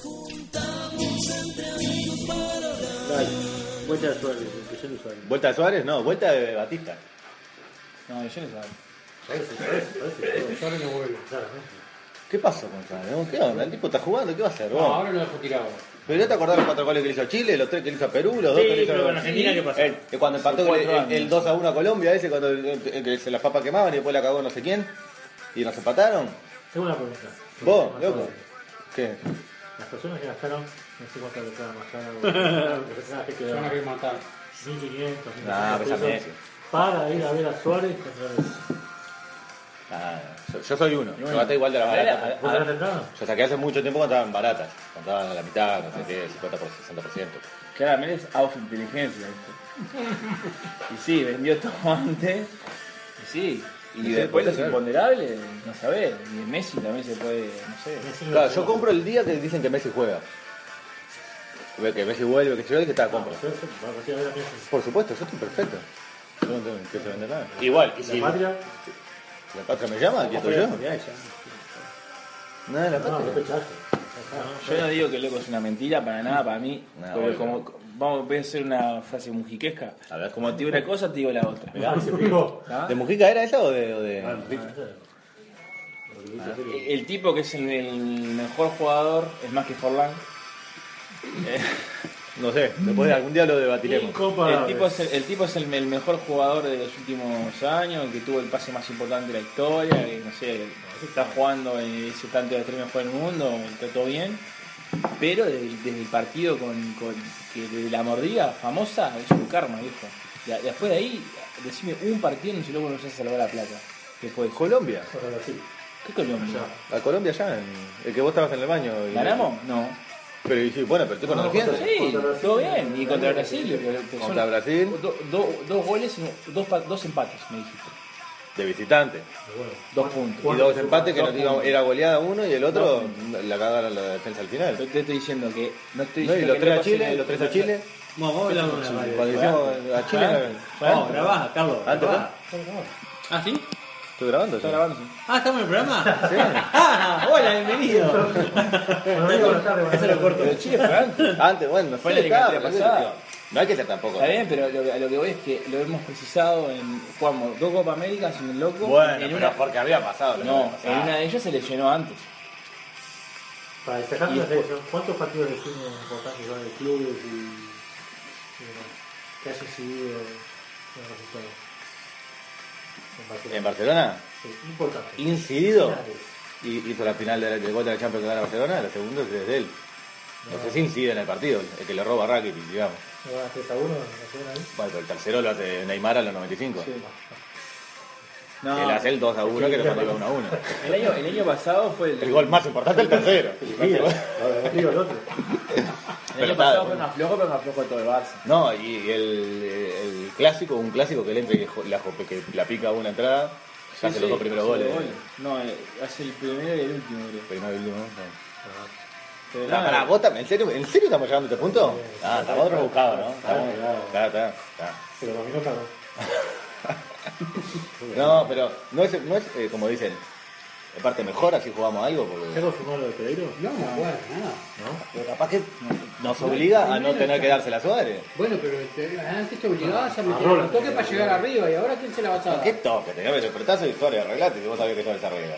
G: Dale. Vuelta de Suárez, impresión de Suárez.
D: ¿Vuelta de Suárez? No, vuelta de Batista.
F: No, yo no sé.
G: Parece, parece, parece.
I: Suárez no vuelve.
G: Claro, ¿no?
D: ¿Qué pasó con Suárez? ¿Qué onda? El tipo está jugando, ¿qué va a hacer?
I: No,
D: vos?
I: ahora lo dejo tirado.
D: Pero ya te acordás los cuatro goles que le hizo a Chile, los tres que le hizo a Perú, los dos
G: Sí,
D: que le hizo
G: pero
D: a
G: con Argentina, ¿qué pasó?
D: El- el- cuando empató
F: Hace
D: el,
F: cuatro
D: el- el
F: años.
D: dos a uno a Colombia, ese cuando el- el- el- se las papas quemaban y después la cagó no sé quién. Y nos empataron.
G: Tengo una pregunta.
D: ¿Vos,
G: Más
D: loco?
G: Suárez.
D: ¿Qué?
G: Las personas que gastaron, no sé cuánto le estaban gastando, las personas que
I: Se van a
G: quedaron
I: querer matar.
G: mil quinientos,
D: Nah,
G: mil
D: pesa
G: pesos
D: Messi.
G: para ir a ver a Suárez contra el...
D: Ah, yo, yo soy uno. Yo gasté igual de las baratas.
G: ¿Vos ganaste entrada?
D: Yo saqué hace mucho tiempo cuando estaban baratas. Cuando estaban a la mitad, no sé qué, cincuenta por ciento, sesenta por ciento.
F: Claramente es auto inteligencia esto. Y sí, vendió todo antes. Y sí. Y
D: Sí,
F: después
D: puede
F: los
D: ser.
F: imponderables, no sabés. Y en Messi también se puede, no sé.
G: Messi no
D: Claro,
G: lo
D: yo
G: jugó.
D: compro el día que dicen que Messi juega. Ve que Messi vuelve, que yo el que estaba compro.
G: Yo- yo- vamos a ir a ver a Messi.
D: Por supuesto, yo estoy perfecto. Yo no tengo que vender nada. Igual, y
G: ¿Y
D: si
G: la patria?
D: la patria me llama, aquí estoy yo. Nada, la
G: No,
D: patria.
G: repechaje.
F: Yo no digo que el loco es una mentira para nada, para mí.
D: No,
F: porque
D: obvio.
F: como, vamos, voy a hacer una frase mujiquesca.
D: A ver.
F: Como te digo una cosa, te digo la otra.
G: Ah, se picó.
F: ¿Ah?
D: ¿De Mujica era esa o de.? O de...
G: Ah, esa- lo que dice en serio.
F: El tipo que es el, el mejor jugador es más que Forlán. Eh,
D: No sé, después de algún día lo debatiremos.
F: El
G: Incomparable.
F: tipo es, el, el, tipo es el, el mejor jugador de los últimos años, el que tuvo el pase más importante de la historia, que no sé, está jugando en ese tanto de tres mejores del mundo, está todo bien, pero desde, desde el partido con, con que de la mordida famosa es un karma, viejo. Ya- Después de ahí, decime un partido en el que luego no se salvó la plata. Después,
D: Colombia.
G: Contra Brasil.
F: ¿qué Colombia?
D: A Colombia ya, en- el que vos estabas en el baño. y-
F: ¿Ganamos? No.
D: Pero y sí, bueno, pero el tipo no defiende.
F: Sí, todo bien. Y contra Brasil. pero- pero
D: Contra
F: son
D: Brasil,
F: do- do- dos goles y dos, pa- dos empates, me dijiste.
D: de visitante.
G: Pero bueno.
F: Dos puntos.
D: Y dos empates que
F: Dos
D: nos iba-
F: puntos.
D: era goleada uno y el otro
F: Dos
D: la cagaron la defensa al final.
F: Yo te estoy diciendo que no estoy
D: No, y
F: diciendo
D: los
F: que
D: tres a
F: loco
D: Chile,
F: sea-
D: los tres a Chile.
H: Vamos, vamos a hablar de una radio.
D: Cuando hicimos a Chile.
H: No, grabá, Carlos.
D: Antes,
H: grabá. Ah, ¿sí?
D: ¿Estoy grabando?
F: Está
D: sí.
F: grabando, sí.
H: Ah, ¿estamos en el programa?
D: Sí.
H: Ah, hola, bienvenido.
G: Bueno, amigo, buenas tardes, buenas
H: Eso lo
G: tardes.
H: corto.
F: Pero Chile fue antes.
D: Antes, bueno, no
F: Fue
D: sé,
F: la eliminatoria
D: está,
F: pasada.
D: No hay que ser tampoco.
F: Está bien, pero lo, que- a lo que voy es que lo hemos precisado en. Jugamos dos Copa América sin el loco.
D: Bueno,
F: en
D: pero
F: una,
D: porque había pasado. lo que
F: no,
D: había
F: en
D: pasado.
F: una de ellas se lesionó antes.
G: Para destacar
F: Y
G: la
F: después-
G: selección, ¿cuántos partidos de cine importantes son de clubes y, y demás que haya incidido en el resultado? En Barcelona.
D: En Barcelona,
G: Sí, importante.
D: incidido.
G: Finales.
D: Y hizo la final del de gol de la Champions que gana Barcelona, la segunda es de él. No sé si incide en el partido, el que le roba a Rakitic, digamos.
G: ¿No van a tres a uno en la segunda ahí?
D: Bueno, pero el tercero lo hace Neymar a los noventa y cinco.
F: No,
D: Él hace el dos a uno que le cuando iba uno a uno.
F: el, año, el año pasado fue el.
D: El gol más importante el tercero.
G: Ahora, arriba el otro.
F: El
D: Pero
F: año
D: está,
F: pasado fue
D: bueno.
F: más flojo, pero más flojo de todo el Barça.
D: No, y el, el clásico, un clásico que le entre que jo- la, jo- que la pica una entrada,
F: Sí,
D: hace
F: sí,
D: los dos primeros
F: hace
D: goles.
F: los No, eh, hace el primero y el último, creo.
D: Primero y último.
F: Pero
D: Pará,
F: nada,
D: pará, ¿vos también? ¿En serio, ¿En serio estamos llegando a este punto?
G: Sí,
D: Ah,
G: sí,
D: estamos
G: sí,
D: rebuscados, ¿no?
G: sí,
D: Estamos-
G: sí, claro.
D: Está, está, está.
G: Se lo dominó claro.
D: No, pero no es, no es eh, como dicen, de parte mejor así jugamos algo,
G: ¿Ya
D: porque
G: confirmó lo de Pereiro?
I: No, no juega nada.
D: pero capaz que nos obliga a no tener que dársela a Suárez.
I: Bueno, pero te, antes te obligabas a
G: A
I: meter
G: Roland.
I: un toque para llegar arriba y ahora ¿quién se la va a dar?
D: ¿Qué toque? Tenía que despertarse y Suárez arreglate, si vos sabés que Suárez se arregla.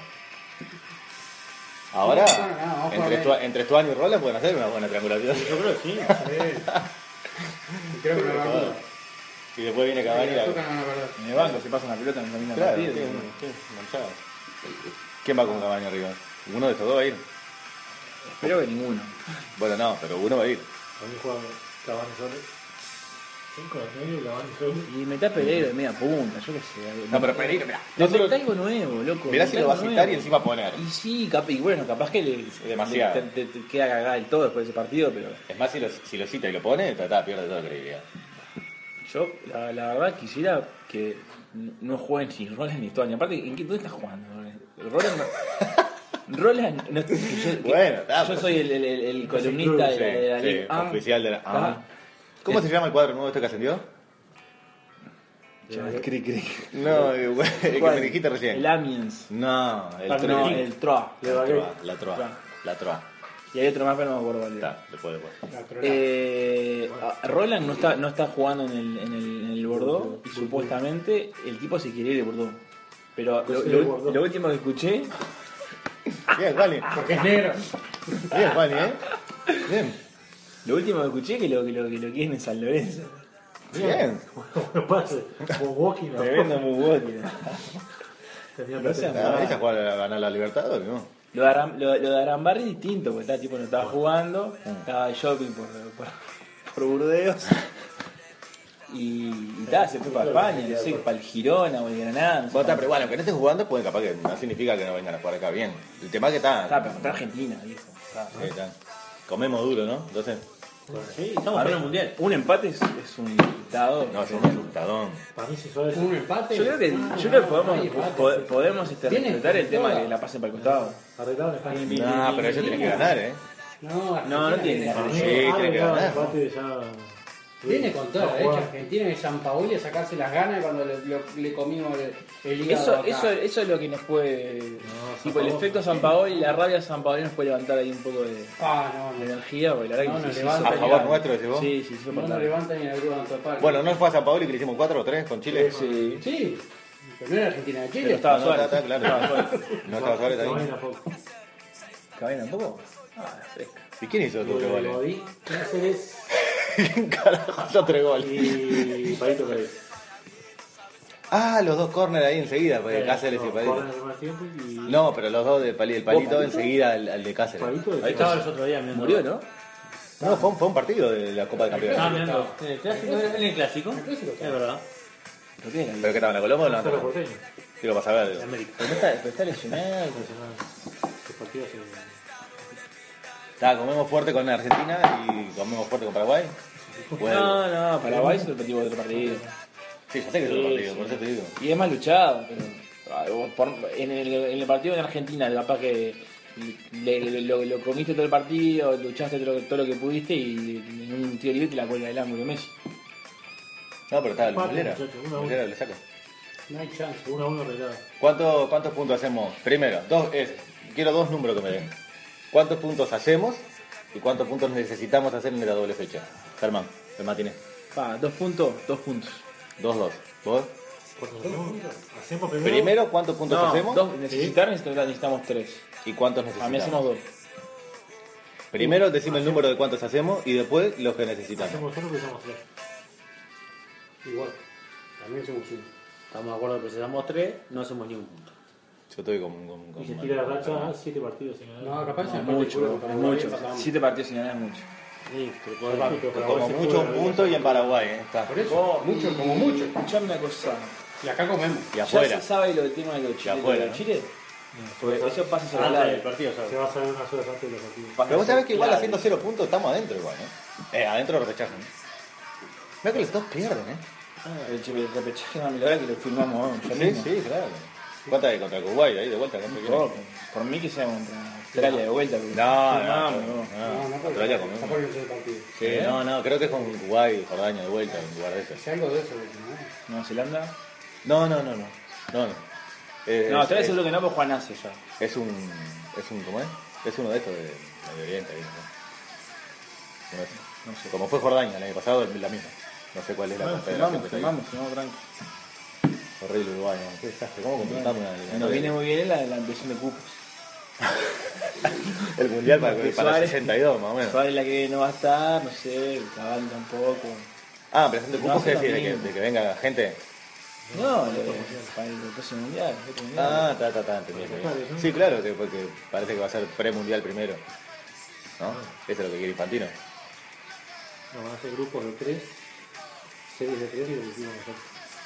D: Ahora,
I: No, no, no, vamos a
D: entre,
I: ver.
D: Tua- entre Stuani y Roland pueden hacer una buena triangulación.
G: Yo creo que sí.
I: Y creo que no va a jugar.
D: Y después viene Cavani y la...
I: Tuca no van a perder.
F: En el banco se pasa una pelota en la misma
D: Claro,
F: partida.
D: sí, sí, manchado. ¿Quién va con Cavani arriba? Uno de estos dos va a ir.
F: Espero que ninguno.
D: Bueno, no, pero uno va a ir.
G: A mí juega Cavani solo. cinco de medio, Cavani solo.
F: Y metá Pereira de media punta, yo qué sé.
D: No, pero Pereira, mirá.
F: No,
D: No solo-
F: metá algo nuevo, loco.
D: Mirá
F: metá
D: si lo va a
F: algo
D: citar y
F: nuevo.
D: encima poner.
F: Y sí, cap y bueno, capaz que le,
D: Demasiado.
F: le- te, te- te queda cagada del todo después de ese partido, pero
D: Es más, si lo, si lo cita y lo pone, tratá, pierde toda credibilidad.
F: yo la, la verdad quisiera que n- no jueguen ni Roland ni Tony. Aparte, ¿en qué, ¿dónde estás jugando? Roland no, Roland, no, que yo, que-
D: Bueno, está,
F: yo
D: pero-
F: soy el, el, el- el columnista de la, de la
D: Sí,
F: Liga
D: sí,
F: A.
D: oficial de la...
F: Está.
D: Ah. ¿Cómo se llama el cuadro nuevo este que ascendió?
F: Ya, cri, cri.
D: No, el güey, el que
F: ¿Cuál?
D: me dijiste recién.
F: El Amiens.
D: No, el
F: Ah, no,
D: Troa.
F: el Troa.
G: Le
D: La
G: va
D: Troa, la Troa.
F: Troa.
D: La Troa.
F: Y hay otro más, pero no me acuerdo cuál era.
D: Está, después, después.
I: La Troa.
F: Eh, a- Roland no está, no está jugando en el, en el, en el Bordeaux y supuestamente el tipo se quiere ir de Bordeaux. Pero lo,
G: Sí,
F: lo-
G: Bordeaux.
F: lo último que escuché,
D: Bien, Juani.
I: Porque es negro.
D: Bien, Juani, ¿eh? Bien.
F: lo último que escuché que lo que lo, que lo quieren en San Lorenzo.
D: Bien.
G: Bueno, pase. Como walking. ¿no?
F: Tremendo Milwaukee.
G: Tenía
F: No sé,
G: presencia.
D: Ah, ¿Esa juega a ganar la Libertadores, no?
F: Lo de, Aram, lo, lo de Arambarri es distinto, porque está, tipo, no estaba jugando, estaba de shopping por, por, por Burdeos. Y, y tal, se fue para España, no sé, para el Girona o el Granada. No sé.
D: Bueno, está, pero bueno, que no esté jugando, pues capaz que no significa que no vengan a jugar acá bien. El tema es que está.
F: Está, pero contra Argentina, viejo. Está.
D: Sí, está. Comemos duro, ¿no? Entonces,
H: Sí, estamos
F: A ver,
H: en el mundial.
F: Un empate es, es un resultado.
D: no, es un resultadón.
G: Para mí, si Suárez.
I: Un empate.
F: Yo creo que,
I: Ah,
F: yo creo que
I: no,
F: podemos,
I: no hay empate.
F: po- podemos este,
I: Viene
F: respetar el
I: con
F: tema
I: toda.
F: de que la pasen para el costado.
G: Arreglado en España.
D: No, pero ellos tienen que ganar, ¿eh?
I: No,
F: No, no
I: Argentina
F: tiene
I: viene-
G: Para mí,
D: Sí, tiene que
G: arreglado en
D: ganar.
G: empate ya.
I: Viene con toda
G: No
I: la derecha
G: juega.
I: Argentina y San Paoli a sacarse las ganas cuando le, lo- le comimos el, el hígado
F: Eso,
I: acá.
F: eso, eso es lo que nos puede.
G: San
F: tipo, el
G: Paolo.
F: efecto San Paolo y la rabia de San Paolo nos puede levantar ahí un poco de,
I: Ah, no,
F: de
I: no.
F: energía, porque la verdad
I: No,
F: que
I: no
F: sí, sí,
I: levanta.
D: A
F: sí,
D: favor
F: sí.
D: nuestro, decís vos.
F: Sí, sí, sí,
I: No lo levantan ni la grúa en topar.
D: Bueno, ¿no fue a San Paolo y que le hicimos cuatro o tres con Chile?
F: Sí.
I: Sí, pero no era Argentina de Chile.
F: Pero estaba
D: No,
F: Suárez.
D: está, está, claro.
F: Estaba Suárez.
D: No estaba Suárez
G: No,
D: ahí.
G: hay tampoco.
F: ¿Cabina tampoco? Ah, fresca.
D: ¿Y quién hizo los tres
G: Lo
D: goles?
G: vi. Cáceres
D: ¿Quién carajo hizo tres goles?
G: y Paito Pérez.
D: Ah, los dos córner ahí enseguida, porque Cáceres y
G: No,
D: Palito.
G: corren el primer tiempo y.
D: No, pero los dos del palito, el palito
F: ¿Palito?
D: enseguida al, al de Cáceres.
G: Palito de
H: Ahí estaba los otros días mirando.
F: Murió, ¿no?
D: No, fue un, fue un partido de la Copa de
H: Estaba
D: Campeones.
H: mirando. En el clásico, en el clásico. Es verdad.
F: ¿Pero qué era?
D: ¿Pero qué estaba en la Colombo o no?
G: Cerro Porteño.
D: Quiero pasar a ver.
H: De América.
F: Pero no está, pero está lesionado.
G: Los partidos se.
D: Está, comemos fuerte con Argentina y comemos fuerte con Paraguay. Bueno,
F: No, no, Paraguay es el objetivo de otro partido.
D: sí, yo sé que es otro
F: Sí,
D: partido,
F: sí.
D: por eso te digo.
F: Y es más luchado, pero ah, vos por- en, el, en el partido en Argentina, capaz que le- le- lo, lo comiste todo el partido, luchaste todo, lo- todo lo que pudiste y en un tiro libre te la cuelga el ángulo Messi.
D: No, pero está el
G: Empate,
D: Muslera.
G: muchacho, uno a uno.
D: Muslera le saco.
I: No hay chance.
G: Uno a uno arreglado.
D: ¿Cuánto, ¿Cuántos puntos hacemos? Primero, dos, es, quiero dos números que me den. ¿Cuántos puntos hacemos y cuántos puntos necesitamos hacer en la doble fecha? Germán, el matiné.
F: Va, dos puntos, dos puntos.
D: Dos, dos. ¿Vos?
G: ¿Cuántos hacemos? Hacemos primero.
D: Primero, ¿cuántos puntos
F: No,
D: hacemos?
F: dos, necesitar necesitamos, necesitamos tres.
D: ¿Y cuántos
F: A mí
D: necesitamos?
F: hacemos dos.
D: Primero decime el número de cuántos hacemos y después los que necesitamos.
G: Hacemos uno, pensamos tres.
I: Igual. También somos uno.
H: Estamos de acuerdo que si damos tres, no hacemos ni un punto.
D: Yo estoy con... con, con
G: Y se tira la racha siete partidos sin ganar.
I: No, capaz
F: Es
I: es
F: mucho, es mucho. Siete partidos sin ganar es mucho.
H: Sí, pero
G: Por
H: por-
G: ejemplo,
D: Como
G: Paraguay se
D: mucho
G: juega
D: un
G: la
D: punto y en Paraguay, ¿eh? Está.
I: Por eso,
F: Vos,
I: mucho, como mucho.
F: Escuchame una cosa.
I: Y acá comemos.
D: Y
F: ¿Ya
D: afuera.
F: se sabe lo del tema de los chiles?
D: afuera,
F: de los
D: ¿no?
F: chiles? Porque eso pasa sobre
H: Antes
F: la
H: del partido, ¿sabes?
G: Se va a saber unas horas antes de los partidos.
D: Pero vos sabés que igual haciendo cero puntos estamos adentro igual, ¿eh? Eh, adentro lo rechazan. Mira que los dos pierden, ¿eh?
F: El ch- el repechaje de la que lo firmamos ¿no? ya
D: Sí,
F: mismo.
D: sí, claro. ¿Cuántas hay contra Uruguay ahí de vuelta? ¿Cuánto quieren?
F: Por, por mí que sea contra Australia de vuelta. porque-
D: No, no,
F: firmamos,
D: no,
F: no.
I: No, no,
D: Australia
I: porque
D: comemos.
I: está poniendo el partido.
D: Sí, no, no, creo que es con Uruguay y Jordania de vuelta en lugar de eso.
I: Es algo de eso, ¿no?
F: Nueva Zelanda.
D: No, no, no, no. No, no. Es,
F: No, Australia
D: es,
F: seguro que no, porque Juan nace ya.
D: es un. Es un. ¿Cómo es? Es uno de estos de Medio Oriente. Ahí, ¿no? No, sé.
F: No sé.
D: Como fue Jordania el año pasado, es la misma. No sé cuál es la
F: Bueno,
D: confederación
F: firmamos,
D: que está ahí.
F: firmamos, firmamos tranqui.
D: Horrible Uruguay, ¿no? Qué desastre. ¿Cómo completamos una
F: Nos viene muy bien la, la ampliación de cupos.
D: el mundial para,
F: Que
D: para
F: Suárez-
D: sesenta y dos, más o menos.
F: Suárez la que no va a estar, no sé, Cavani tampoco.
D: Ah, ampliación de cupos,
F: No,
D: ¿qué decir? De que,
F: también.
D: de que venga gente.
F: No, le- para el próximo mundial. el otro mundial.
D: Ah, está, está, está, entendí, entendí. Sí, claro, que porque parece que va a ser premundial primero. ¿No? Eso es lo que quiere Infantino.
G: No, van a hacer grupos de tres, series de tres y lo que hicimos nosotros.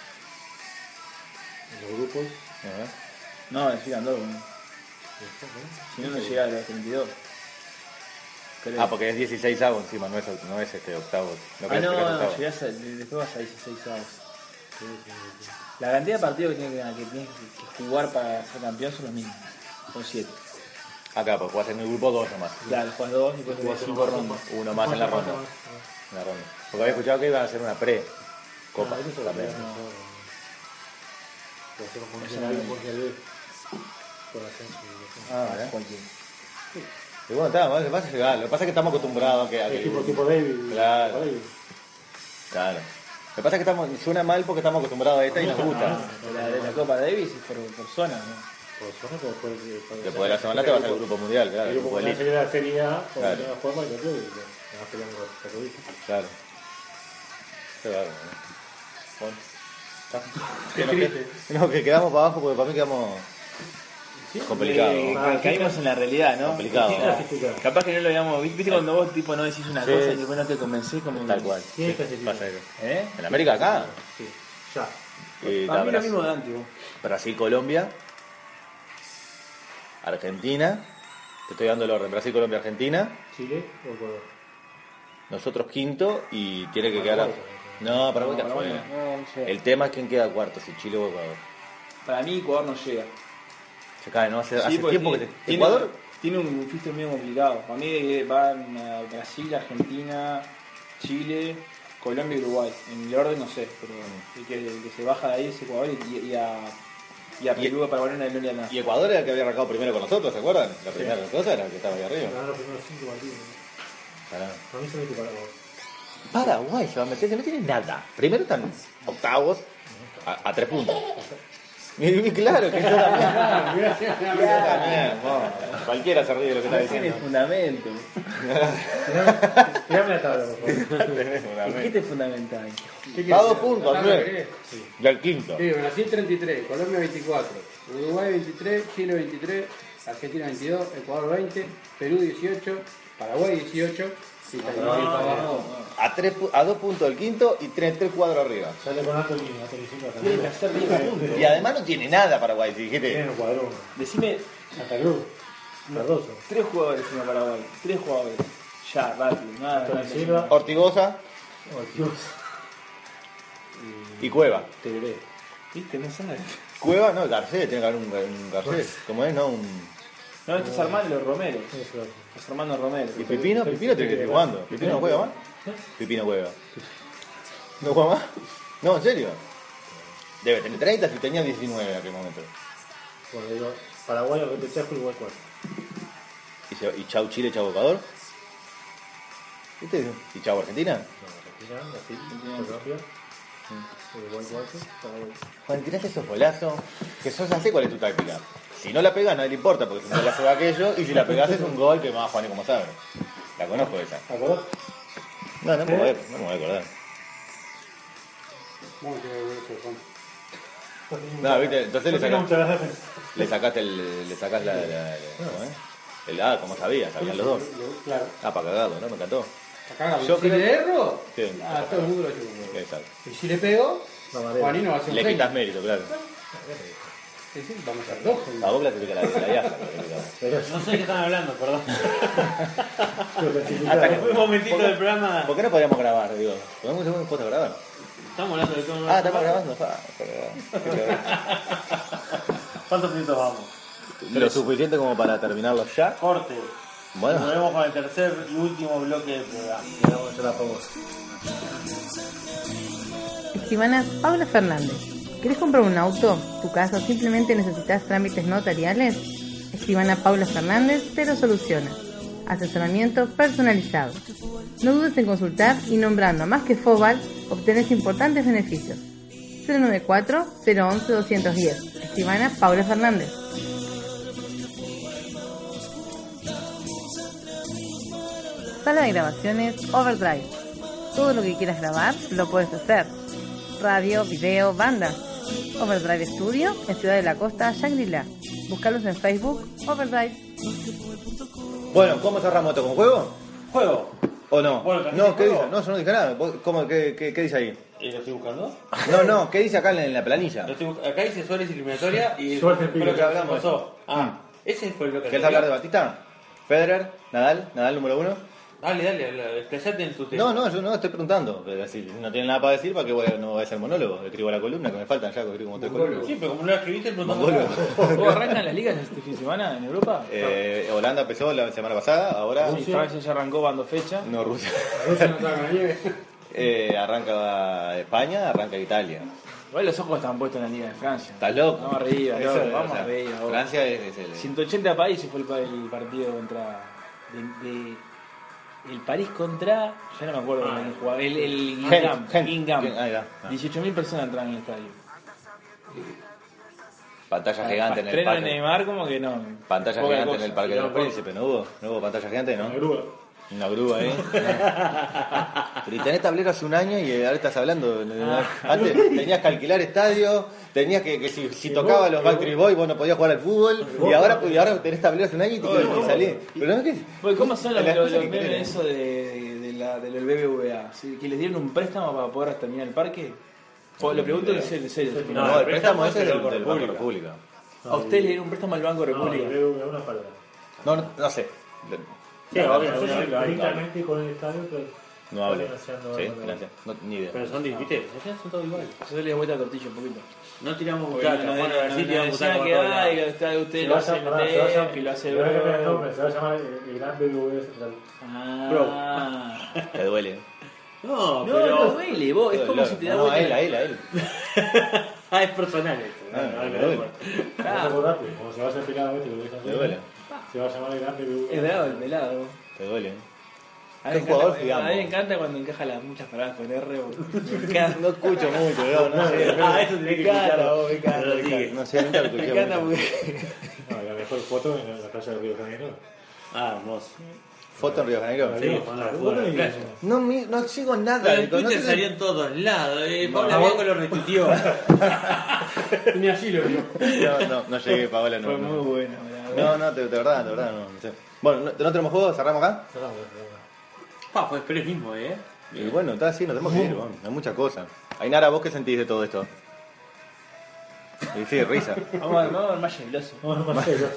G: En los grupos,
D: Ajá.
F: No, necesitan dos. ¿no? Si no, no llega a los treinta y dos. Creo.
D: Ah, porque es dieciséis avos encima, no es, no es este octavo. No
F: Ah,
D: crees
F: no,
D: que es
F: no,
D: octavo.
F: llegás a, después vas a dieciséis avos. La cantidad de partidos que tienes que, que, tienes que jugar para ser campeón son los mismos. Son siete.
D: Acá, pues jugás en el grupo dos nomás.
F: Claro, juegas dos y después tenés cinco rondas.
D: Uno más en la ronda. En la ronda. Porque había escuchado que iban a hacer una pre copa
G: Ah, eso se lo
D: también.
G: habían pensado. Puede ser un
F: Eso
G: mundial
F: no
G: A y
F: lo
G: un mundial B. Por ascenso y descenso.
D: Ah, ¿eh?
F: Cualquiera.
D: Y bueno, está, lo que pasa es que, lo que pasa es que estamos acostumbrados a que... a
G: Es
D: que-
G: tipo, tipo David.
D: Claro.
G: tipo David.
D: Claro. Lo que pasa es que estamos, suena mal porque estamos acostumbrados a esta y nos gusta.
F: La, la Copa Davis es por, por zona, ¿no?
G: Por zona, pero después... después-
D: Después de la semana te vas al grupo mundial, claro,
G: El
D: el
G: grupo
D: grupo
G: mundial
D: elite.
G: sería la Serie A, por
D: Claro.
G: la primera forma y el otro, y te vas peleando por la rodilla.
D: Claro. Qué bárbaro, ¿no? Bueno.
I: Qué
D: No,
I: triste.
D: que, no, que quedamos para abajo porque para mí quedamos complicados.
F: Eh, ca- caímos en la realidad, ¿no?
D: Complicado,
F: Sí,
D: ¿no?
G: clasificar.
F: Capaz que no lo habíamos visto. ¿Viste cuando vos tipo no decís una
D: Sí.
F: cosa y después no te convencés? Como
D: Tal cual.
G: ¿Quién
D: Sí,
G: clasifica?
D: pasa eso.
F: ¿Eh?
D: En América acá.
G: Sí, ya.
D: Y
F: Para
D: está
F: mí lo
D: Brasil,
F: mismo de antes, vos.
D: Brasil, Colombia, Argentina. Te estoy dando el orden. Brasil, Colombia, Argentina.
G: Chile o Ecuador.
D: Nosotros quinto y tiene que quedar. No, Paraguay queda
F: Paraguay
D: fuera.
F: no, no llega.
D: El tema es quién queda cuarto, si Chile o Ecuador.
F: Para mí Ecuador no llega.
D: Se cae, ¿no? Hace,
F: Sí,
D: hace
F: porque
D: tiempo que
F: tiene,
D: se...
F: tiene-
D: Ecuador.
F: tiene un fixture medio complicado. Para mí van a Brasil, Argentina, Chile, Colombia y Uruguay. En el orden no sé, pero el que, el que se baja de ahí es Ecuador y, y a, y a Perú para poner una gloria nada.
D: Y Ecuador era el que había arrancado primero con nosotros, ¿se acuerdan? La primera cosa era el que estaba ahí arriba.
G: Ganaron los primeros cinco partidos.
D: Pará.
G: Para mí se mete Paraguay.
D: Paraguay se va a meter, se mete en nada. Primero están octavos a, a tres puntos. Y, y claro, que yo también. Yo también, no. Cualquiera se ríe de lo que está
F: No tiene
D: diciendo.
F: fundamento.
G: Tirame la tabla, por favor.
F: ¿Qué te es fundamental?
D: Está a dos puntos,
I: Ah,
D: Andrés.
I: ¿querés?
D: Del quinto.
I: Sí, Brasil treinta y tres, Colombia veinticuatro, Uruguay veintitrés, Chile veintitrés, Argentina veintidós, Ecuador veinte, Perú dieciocho, Paraguay dieciocho, y Taipei para abajo.
D: A, tres, pu- a dos puntos del quinto y tres, tres cuadros arriba.
G: Sale con alto línea, alto línea.
F: Tiene que hacer diez puntos.
D: Y además no tiene nada Paraguay, si dijiste.
G: Tiene un cuadro uno.
F: Decime
G: Santa Cruz. Cardoso.
F: tres jugadores en Paraguay. Tres jugadores. Ya, rápido. Nada,
G: Antonio
F: nada,
G: Silva.
D: Ortigosa
G: Ortigosa.
D: y Cueva.
G: Teleré.
F: ¿Viste? No sabes.
D: Cueva, no, Garcés, tiene que haber un, un Garcés. ¿Cómo es? No, un.
F: No, esto es Armando Romero.
G: Eso.
F: Es Armando Romero.
D: ¿Y Pipino? Pipino tiene que estar jugando. ¿Pipino no juega más? Pipino juega. ¿No juega más? No, en serio. Debe tener treinta si tenía diecinueve en aquel momento.
G: Bueno, digo, Paraguay, repechaje, Uruguay cuatro.
D: Y, se- y chau Chile, chau Ecuador. ¿Viste? ¿Y chau Argentina?
G: No, Argentina, Brasil, Colombia, Uruguay cuatro, Paraguay.
D: Juan, tirás esos golazos que sos así cuál es tu táctica. Si no la pegas, no le importa porque es un golazo de aquello. Y si la pegás es un gol que más Juan y como sabe. La conozco esa.
G: ¿Te acordás?
D: No, no me voy a, no me voy a acordar.
I: Vamos a ver eso, Juan.
D: No, viste, entonces le,
G: No tengo
D: saca,
G: muchas ganas.
D: le sacaste el. Le sacás la. la, la- ¿cómo es? El, ah, como sabía, sabían los dos.
I: Claro.
D: Ah, para cagarlo, ¿no? Me encantó.
I: Está cagado.
D: Yo
I: Si
D: creo-
I: le erro,
D: Sí.
I: ah, todo el mundo lo chupa.
D: Exacto.
I: Y si le pego,
G: No, Varela.
I: Juanino va a ser un
D: Le
I: genio.
D: quitas mérito, claro.
I: Sí, sí, vamos a ser dos.
D: A vos clasifica la, la yaza.
H: No sé de qué están hablando, perdón.
D: Hasta que
H: Fue un momentito del programa.
D: ¿Por qué no podríamos grabar? Digo, ¿podemos hacer un post a grabar?
H: Estamos hablando de todo.
D: Ah, estamos grabando. Ah, está grabando.
H: ¿Cuántos minutos vamos?
D: Lo suficiente como para terminarlo ya.
H: Corte.
D: Bueno.
H: Volvemos con el tercer y último bloque del programa.
G: Vamos a hacer la pausa.
J: Escribana Paula Fernández. ¿Querés comprar un auto, tu casa o simplemente necesitas trámites notariales? Escribana Paula Fernández te lo soluciona. Asesoramiento personalizado. No dudes en consultar y nombrando a Más que Fobal obtenés importantes beneficios. cero noventa y cuatro, cero once, doscientos diez. Escribana Paula Fernández. Sala de grabaciones Overdrive. Todo lo que quieras grabar lo puedes hacer. Radio, video, banda. Overdrive Studio en Ciudad de la Costa, Shangri-La. Búscalos en Facebook, Overdrive.
D: Bueno, ¿cómo cerramos esto? ¿Con juego?
E: Juego.
D: ¿O no?
E: Bueno,
D: no, ¿qué
E: juego.
D: dice? No, yo no dije nada. ¿Vos- ¿Cómo, qué, qué, ¿Qué dice ahí?
E: ¿Y lo estoy buscando?
D: No, no, ¿qué dice acá en la, en la planilla?
E: Lo estoy bus- Acá dice Suárez eliminatoria y
G: Suerte en
E: fue lo que
G: Pico.
E: hablamos. Pasó. Ah, ese fue lo que
D: ¿Querés hablar de Batista? ¿Federer? ¿Nadal? ¿Nadal número uno?
E: Dale, dale, dale, desplayate en tu tema.
D: No, no, yo no estoy preguntando. Pero si no tiene nada para decir, ¿para qué voy a, no voy a hacer monólogo? Escribo la columna, que me faltan ya, que escribo como tres columnas.
E: Sí, pero como no lo escribiste, no
D: Mongolo.
F: ¿Vos arrancan las ligas este fin de semana en Europa?
D: Eh, Holanda empezó la semana pasada, ahora...
F: Sí, Francia ya arrancó dando fecha.
D: No, Rusia.
I: Rusia no estaba con la nieve.
D: Eh, arranca España, arranca Italia.
F: Igual los ojos están puestos en la liga de Francia.
D: ¿Estás loco?
F: Vamos arriba,
D: Eso,
F: loco,
D: o
F: vamos
D: sea,
F: arriba. vos.
D: Francia es, es el...
F: ciento ochenta países fue el, pa- el partido contra... De, de- el París contra... Ya no me acuerdo
G: Ah.
F: quién jugaba. El, el
D: Gent,
F: Guingamp.
D: Gent.
F: Guingamp.
D: Gent, ahí va. Ah.
F: dieciocho mil personas entraron en el estadio.
D: Pantalla gigante en el
F: Estreno de
D: parque.
F: Neymar como que no.
D: Pantalla
F: Poca
D: gigante
F: cosa.
D: en el Parque de los
G: No,
D: Príncipes, ¿no hubo? ¿No hubo pantalla gigante, no?
G: La grúa.
D: Una grúa ahí. Pero y tenés tablero hace un año y ahora estás hablando. Antes tenías que alquilar estadio, tenías que, que si, si
G: Y
D: tocaba
G: vos-
D: los
G: y
D: Backstreet Boys vos no podías jugar al fútbol.
G: vos-
D: Y ahora, y ahora tenés tablero hace un año y te quieres salir. Pero no es que.
F: Bueno, ¿cómo son los,
D: las
F: los,
D: cosas
F: los
D: que
F: memes
D: querés.
F: eso de, de, de la, de del B B V A? ¿Sí? ¿Que les dieron un préstamo para poder terminar el parque? O, lo pregunto en serio. en serio.
D: No,
G: No,
D: el préstamo ese es del,
E: Banco
D: del Banco
E: República.
D: República.
F: ¿A usted le dieron un préstamo al Banco
G: No,
F: República?
G: y luego una para.
D: No, no, no sé.
E: Sí, obvio,
G: No sé
E: obvio,
G: si
E: obvio.
G: directamente con el estadio, pero.
D: No hable.
G: financiando
D: Sí,
G: algo.
D: financia. No, ni idea.
E: Pero son distintos, son todos iguales.
F: Yo le vuelta a tortilla un poquito.
E: No tiramos
F: Porque
E: muchachos,
F: no-
E: bueno,
F: no-
E: así
F: no-
E: tiramos
F: no
E: muchachos
F: decían
E: por
F: que
E: todos
F: ay,
E: lados.
F: que usted, usted
G: Se
F: lo
G: va a
F: hace en
G: llamar- se va a llamar-
F: que lo hace
G: se va a cambiar el
F: bro.
G: nombre, se va a llamar el, el gran B B V A Central.
F: Ah.
D: Te duele.
E: No,
F: No,
E: pero...
F: no duele, vos. Es como si te da
D: No, a
F: vuelta.
D: él, a él, a él.
E: Ah, es personal esto.
D: Ah,
E: No, no,
D: me
E: no,
D: duele.
E: no.
G: Vamos a acordarte, como se vaya pelado este, lo dejan
D: Te duele.
G: se va a llamar el gran B B V A.
F: Es bravo el pelado.
D: Te duele.
F: A
D: Qué
F: mí, me
D: jugador
F: encanta,
D: digamos.
F: a mí me encanta cuando encaja las muchas palabras con R. vos. Me encanta.
D: No escucho mucho, no, no sé.
E: Ah, eso tenés
F: Me
E: que
F: encanta,
E: escucharlo.
F: vos, me encanta.
E: Pero sigue.
D: No sé, nunca lo
F: Me
D: escuché.
F: encanta
D: mucho.
F: porque.
G: No, la mejor foto en la playa de Río de Janeiro.
E: Ah, hermoso.
D: Foto en Río de Janeiro.
G: La
E: Sí,
G: vimos,
E: con
G: la
E: la
G: foto
E: foto en la
G: y-
E: playa.
D: No, mi- no sigo nada.
E: Pero en
D: no
E: Twitter
D: sé-
E: salió en todos lados. Eh,
G: No,
E: Paula
G: no.
E: Bianco lo retuiteó.
I: Ni así lo vio.
D: No, no, no llegué, Paola, no.
F: Fue muy
D: No,
F: bueno, bravo.
D: no, no, de, de verdad, de verdad, no, no sé. Bueno, ¿no, ¿no tenemos juego? ¿Cerramos acá?
G: Cerramos, cerramos.
E: Pa, pues pero es mismo, eh.
D: Y bueno, está así, nos tenemos que ir, bueno, hay muchas cosas. Ainara, ¿vos qué sentís de todo esto? Y sí, risa.
F: Vamos a vamos a ver más veloso.
G: No, no, más serio.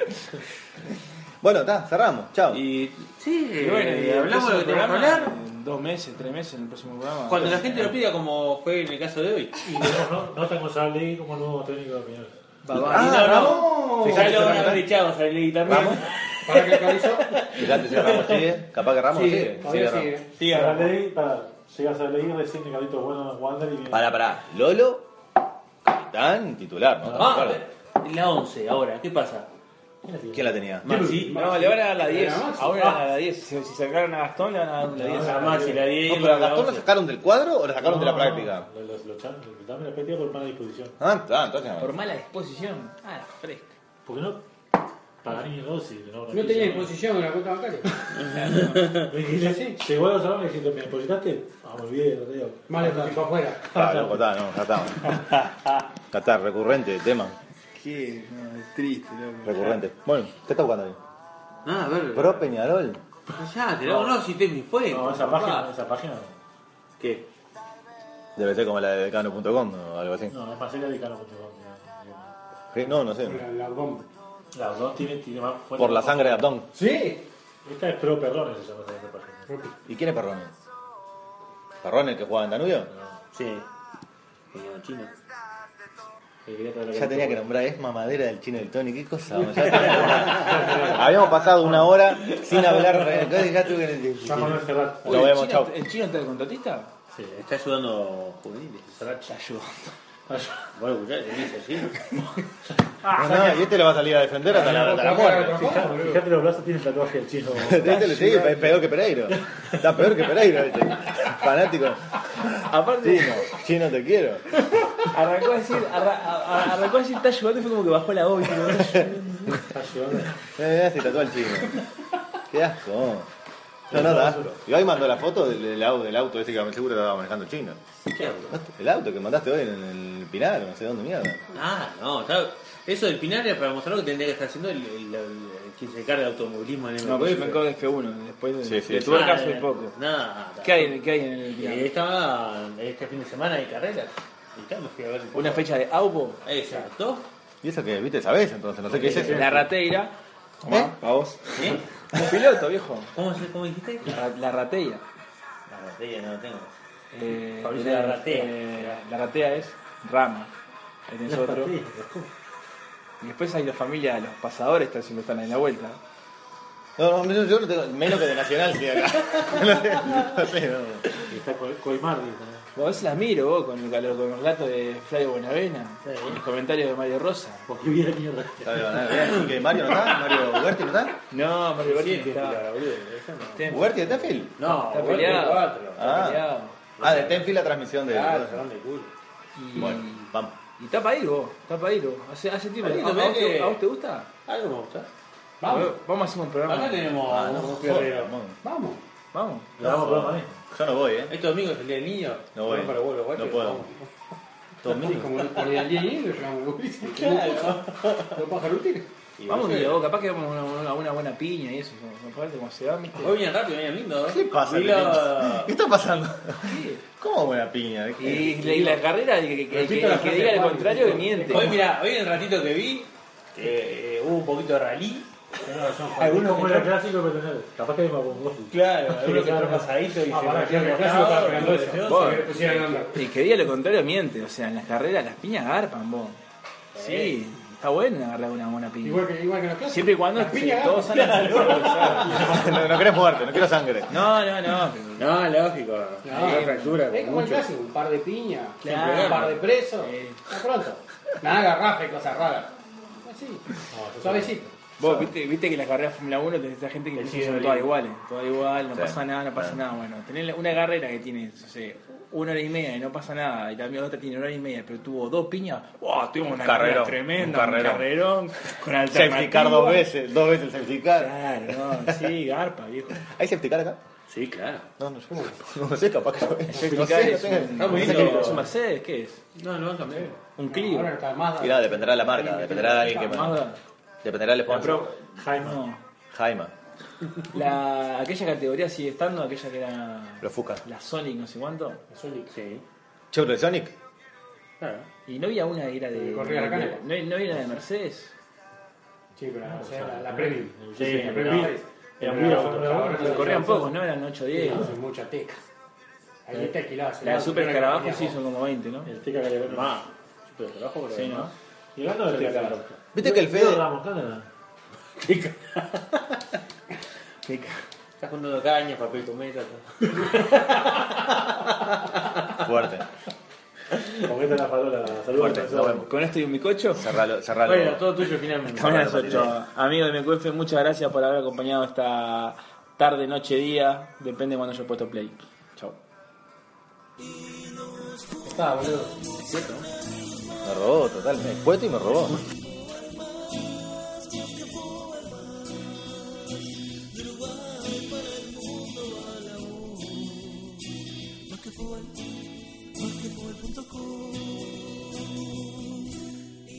D: Bueno, está, cerramos, chao.
F: Y,
E: Sí,
F: y bueno, y
E: eh, hablamos de lo que teníamos que hablar.
F: En dos meses, tres meses en el próximo programa.
E: Cuando la gente lo pida, como fue en el caso de hoy.
G: Y tenemos no, nota con Sarlegui como nuevo técnico de Peñarol.
F: Va, va.
D: Ah,
E: Y no, no.
D: Ramos.
E: Ya lo van a haber echado a Sarlegui también.
D: Ramos.
I: ¿Para que actualizó?
D: Fíjate si Ramos sigue, capaz que Ramos
I: Sigue,
D: sigue.
I: todavía
D: Ramos.
I: sigue.
E: Siga, Ramos.
G: Sarlegui, para, llega Sarlegui, recién Carlitos Bueno en Wander y viene.
D: Pará, pará. Lolo, capitán, titular, ¿no?
E: Ah,
D: Claro.
E: la once, ahora, ¿qué pasa?
D: ¿Quién la tenía?
E: Maxi.
F: No, le van a dar la diez.
I: Era Maxi.
F: Ahora le van a dar la diez. Si, si sacaron a Gastón, le van a dar la diez.
E: A Maxi, la diez.
D: No, pero a
E: la
D: Gastón lo
E: once.
D: sacaron del cuadro o lo sacaron de la
G: No,
D: práctica.
G: Lo, lo, lo echaron, lo quitaron de la práctica por mala disposición.
D: Ah, está, entonces.
F: Por mala disposición. Ah, fresca.
G: ¿Por qué no? Paganini no, si no.
I: No tenía disposición en la cuenta bancaria.
G: Sí, llegó a los salones y dice, ¿me depositaste? Ah, me olvidé, lo digo.
I: Más le puso afuera.
D: Ah, loco, está, no, ya está. Ya está, recurrente el tema.
F: Qué no, es triste, loco.
D: Recurrente. Bueno, ¿qué está buscando ahí?
E: Ah, a ver.
D: Pro Peñarol.
E: Ya, te no, no, si te me fue.
G: No, esa página, esa página no.
E: ¿Qué?
D: Debe ser como la de decano punto com o algo así.
G: No, es más seria de Cano punto com.
D: Sí, no, no sé.
I: La, la bomba.
G: Las dos tienen, tiene más fuerte.
D: Por la sangre de Abdón.
I: Sí.
G: Esta es Pro Perrones, se llama esa página.
D: ¿Y quién es Perrone? ¿Perrone el que juega en Danubio?
E: Sí. Señor chino.
G: El que ya
D: Ya tenía que nombrar, es mamadera del chino del Tony, qué cosa. Ya tenía- Habíamos pasado una hora sin hablar. Ya tuve que...
G: Estamos en cerrar.
D: Lo vemos,
F: ¿El
D: chao.
F: chino, ¿El chino está de contratista?
E: Sí, está ayudando juveniles.
F: Está ayudando.
E: Bueno, escuchá, se dice así.
D: No, no, y este le va a salir a defender hasta la, hasta la muerte.
G: Fíjate, fíjate los brazos tienen tatuaje del chino.
D: Este le sigue, es peor que Pereiro. Está peor que Pereiro este. Fanático.
F: Aparte,
D: Chino, chino te quiero.
F: arrancó a decir, arra- a- a- arrancó a decir está ayudando y fue como que bajó la voz y dijo, "Está ayudando".
G: Está llevando.
D: Eh, se tatuó al chino. Qué asco. No, nada. Y hoy mandó la foto del, del, auto, del auto ese que seguro estaba manejando chino.
H: ¿Qué auto?
D: El auto que mandaste hoy en el Pinar, no sé dónde mierda.
H: Ah, no, está- eso del Pinar era para mostrar lo que tendría que estar haciendo el, el, el- el- quien se encarga del automovilismo en el
F: No, porque arrancó de F uno, después de,
D: Sí, sí,
F: le
D: sí.
F: tuve
H: Ah,
F: caso
H: eh,
F: y poco.
H: Nada.
F: ¿Qué hay, ¿Qué hay en el
H: Eh,
F: Pinar?
H: estaba este fin de semana de carreras. Y claro, me fui a ver.
F: Una fecha de Aubo,
H: Exacto.
D: ¿Y eso que viste? ¿Sabés? Entonces, no sé qué es eso.
F: la rateira.
D: ¿Eh?
F: ¿A vos?
H: ¿Eh?
F: Un piloto, viejo.
H: ¿Cómo, se- ¿Cómo dijiste?
F: La, la rateira.
H: La botella no lo tengo.
F: Eh,
H: Fabricio
F: era-
H: Larratea.
F: eh, la ratea es rama. Ahí tenés otro. Y después hay la familia de los pasadores, que siempre están ahí en la vuelta.
D: No, no, yo, yo no tengo menos que de Nacional, sí, acá. No sé, no sé, no.
G: Y está Col- Colmardi también.
F: Vos a veces las miro vos con, el, con los relatos de Flavio Buenavena, los comentarios de Mario Rosa.
G: Porque vi la mierda.
D: Está bien, está bien. ¿Y que Mario no está? ¿Mario Huerti no está?
F: No, Mario Berti
H: Sí,
F: está,
H: claro, boludo, eso no.
F: Tenfield.
D: ¿Huerti de Tenfield?
H: No,
F: Está
H: Huerta
F: peleado.
H: cuatro.
F: Está
D: Ah.
F: peleado.
D: Ah, de Tenfield la transmisión de...
H: Claro, cerrón de culo.
F: Y,
D: Bueno, vamos.
F: y está para ir vos, está para ir vos. Hace, hace tiempo.
H: Ahí
F: ¿A,
H: lo
F: a
H: ves
F: vos te,
H: que-
F: ¿A vos te gusta?
H: Algo me gusta.
I: Vamos,
F: Vamos a hacer un programa.
H: Acá tenemos
D: Ah,
H: a
D: no,
H: un
D: joder,
H: guerrero.
D: vamos.
I: vamos.
F: Vamos.
G: Le damos programa a mí.
D: Yo no voy, ¿eh?
H: Este domingo es el día del niño.
D: No voy.
H: Bueno, para vos, los guachos,
D: No puedo.
H: vamos.
D: Domingo.
I: Como por el día y lo llevamos Mauricio. Los pájaros tiran.
H: Y
F: Vamos un
H: vos,
F: día, vos, capaz que vamos a una, una, una buena piña y eso. Me parece como se va, ¿viste?
H: Hoy vienen rápido, vienen lindo.
D: ¿Qué pasa?
H: Vi la-
D: ¿Qué está pasando? ¿Cómo buena piña?
F: Y la, y la carrera, que, que, que,
I: Repito la
F: que
I: frase
F: diga
I: de
F: lo
I: Juan.
F: contrario, que miente.
H: Hoy, mira, hoy en el ratito que vi, que eh, hubo un poquito de rally.
G: Algunos como era clásico, pero no. Capaz que me pongo.
H: Claro, algunos que
G: claro.
H: entró pasadito y
I: Ah,
H: se
I: para,
H: metió
I: que
H: en
I: el clásico estaba pegando eso.
H: el
F: Vos.
I: Que le pusieran onda.
F: Y que diga lo contrario, miente. O sea, en las carreras las piñas garpan, vos. Sí, está bueno agarrar una buena piña.
I: Igual que, igual que los clásicos.
F: Siempre y cuando
I: Las piñas
F: todos
I: ganan.
F: salgan.
D: No, no querés muerte, no quiero sangre.
F: No, no, no.
H: No, lógico.
I: No,
H: Hay fractura.
I: es como el clásico, un par de piñas,
F: Claro.
I: un par de presos.
F: Sí.
I: Está pronto. Nada, garrafa y cosas raras. Así, suavecito.
F: Vos viste, viste que las carreras de Fórmula uno tenés esa gente que
H: El
F: piensa que
H: cielo
F: son todas
H: libre.
F: iguales, todas igual, no
D: Sí.
F: pasa nada, no pasa
D: Sí.
F: nada. Bueno, tenés una carrera que tiene, no sé, una hora y media y no pasa nada, y también otra tiene una hora y media, pero tuvo dos piñas, ¡wow! Tuvimos una carrera
D: Carrerón,
F: tremenda,
D: un
F: un
D: carrerón.
F: carrerón, con
D: Safety car
F: alternativa.
D: dos veces, dos veces el safety car.
F: Claro, no, sí, garpa, viejo.
D: ¿Hay safety car acá?
H: Sí, claro.
D: No, no, yo no sé, capaz que lo
F: El safety
D: no
F: car
D: sé, no
F: es
D: sé.
F: un,
H: Está muy
F: ¿es
H: lindo.
F: un Mercedes? ¿Qué es?
H: No, no, también.
F: Un Clio.
I: Ahora está más.
D: Mirá, dependerá de la marca, dependerá de alguien que...
F: Mazda.
D: Dependerá del
F: La
D: sponsor.
F: Pro-
G: Jaime.
F: No.
D: Jaime,
F: La, aquella categoría sigue estando, aquella que era
D: los Fuca.
F: la Sonic, no sé cuánto.
H: Sonic, sí.
D: Chevrolet Sonic.
H: Claro.
F: Y no había una que era de.
I: Corría la cana.
F: de- no, no había una de Mercedes.
I: Sí, pero o sea, la, la premium.
H: Sí,
I: la
H: no.
I: premium.
G: Era
I: Pero
G: muy
I: ahora
G: Fórmula
I: está-
G: uno,
I: ahora
F: Pero
I: está-
F: corrían pocos, ¿no? Eran ocho o diez.
I: Son mucha teca. Ahí está alquilada.
F: La de Super Escarabajo sí son como veinte, ¿no?
G: El Teca Callejero.
H: Más. Super trabajo, pero
F: Sí, ¿no?
G: Y hablando del Teca.
D: Viste que el
G: Fede
D: Fede...
G: Ramos, ¿qué onda?
H: Estás juntando cañas, papel cometa.
D: Fuerte,
G: Cometa la farola. Saludos.
D: fuerte,
G: profesor.
D: nos vemos.
F: Con esto y un bizcocho.
D: Cerralo, cerralo.
H: Bueno, todo tuyo finalmente.
F: Estamos a las ocho. Amigos de M Q F, muchas gracias por haber acompañado esta tarde, noche, día. Depende de cuando yo he puesto play. Chau.
I: Está, boludo.
D: Me robó, total. Me cueto y me robó.
C: Más que fue, más que fue el punto com.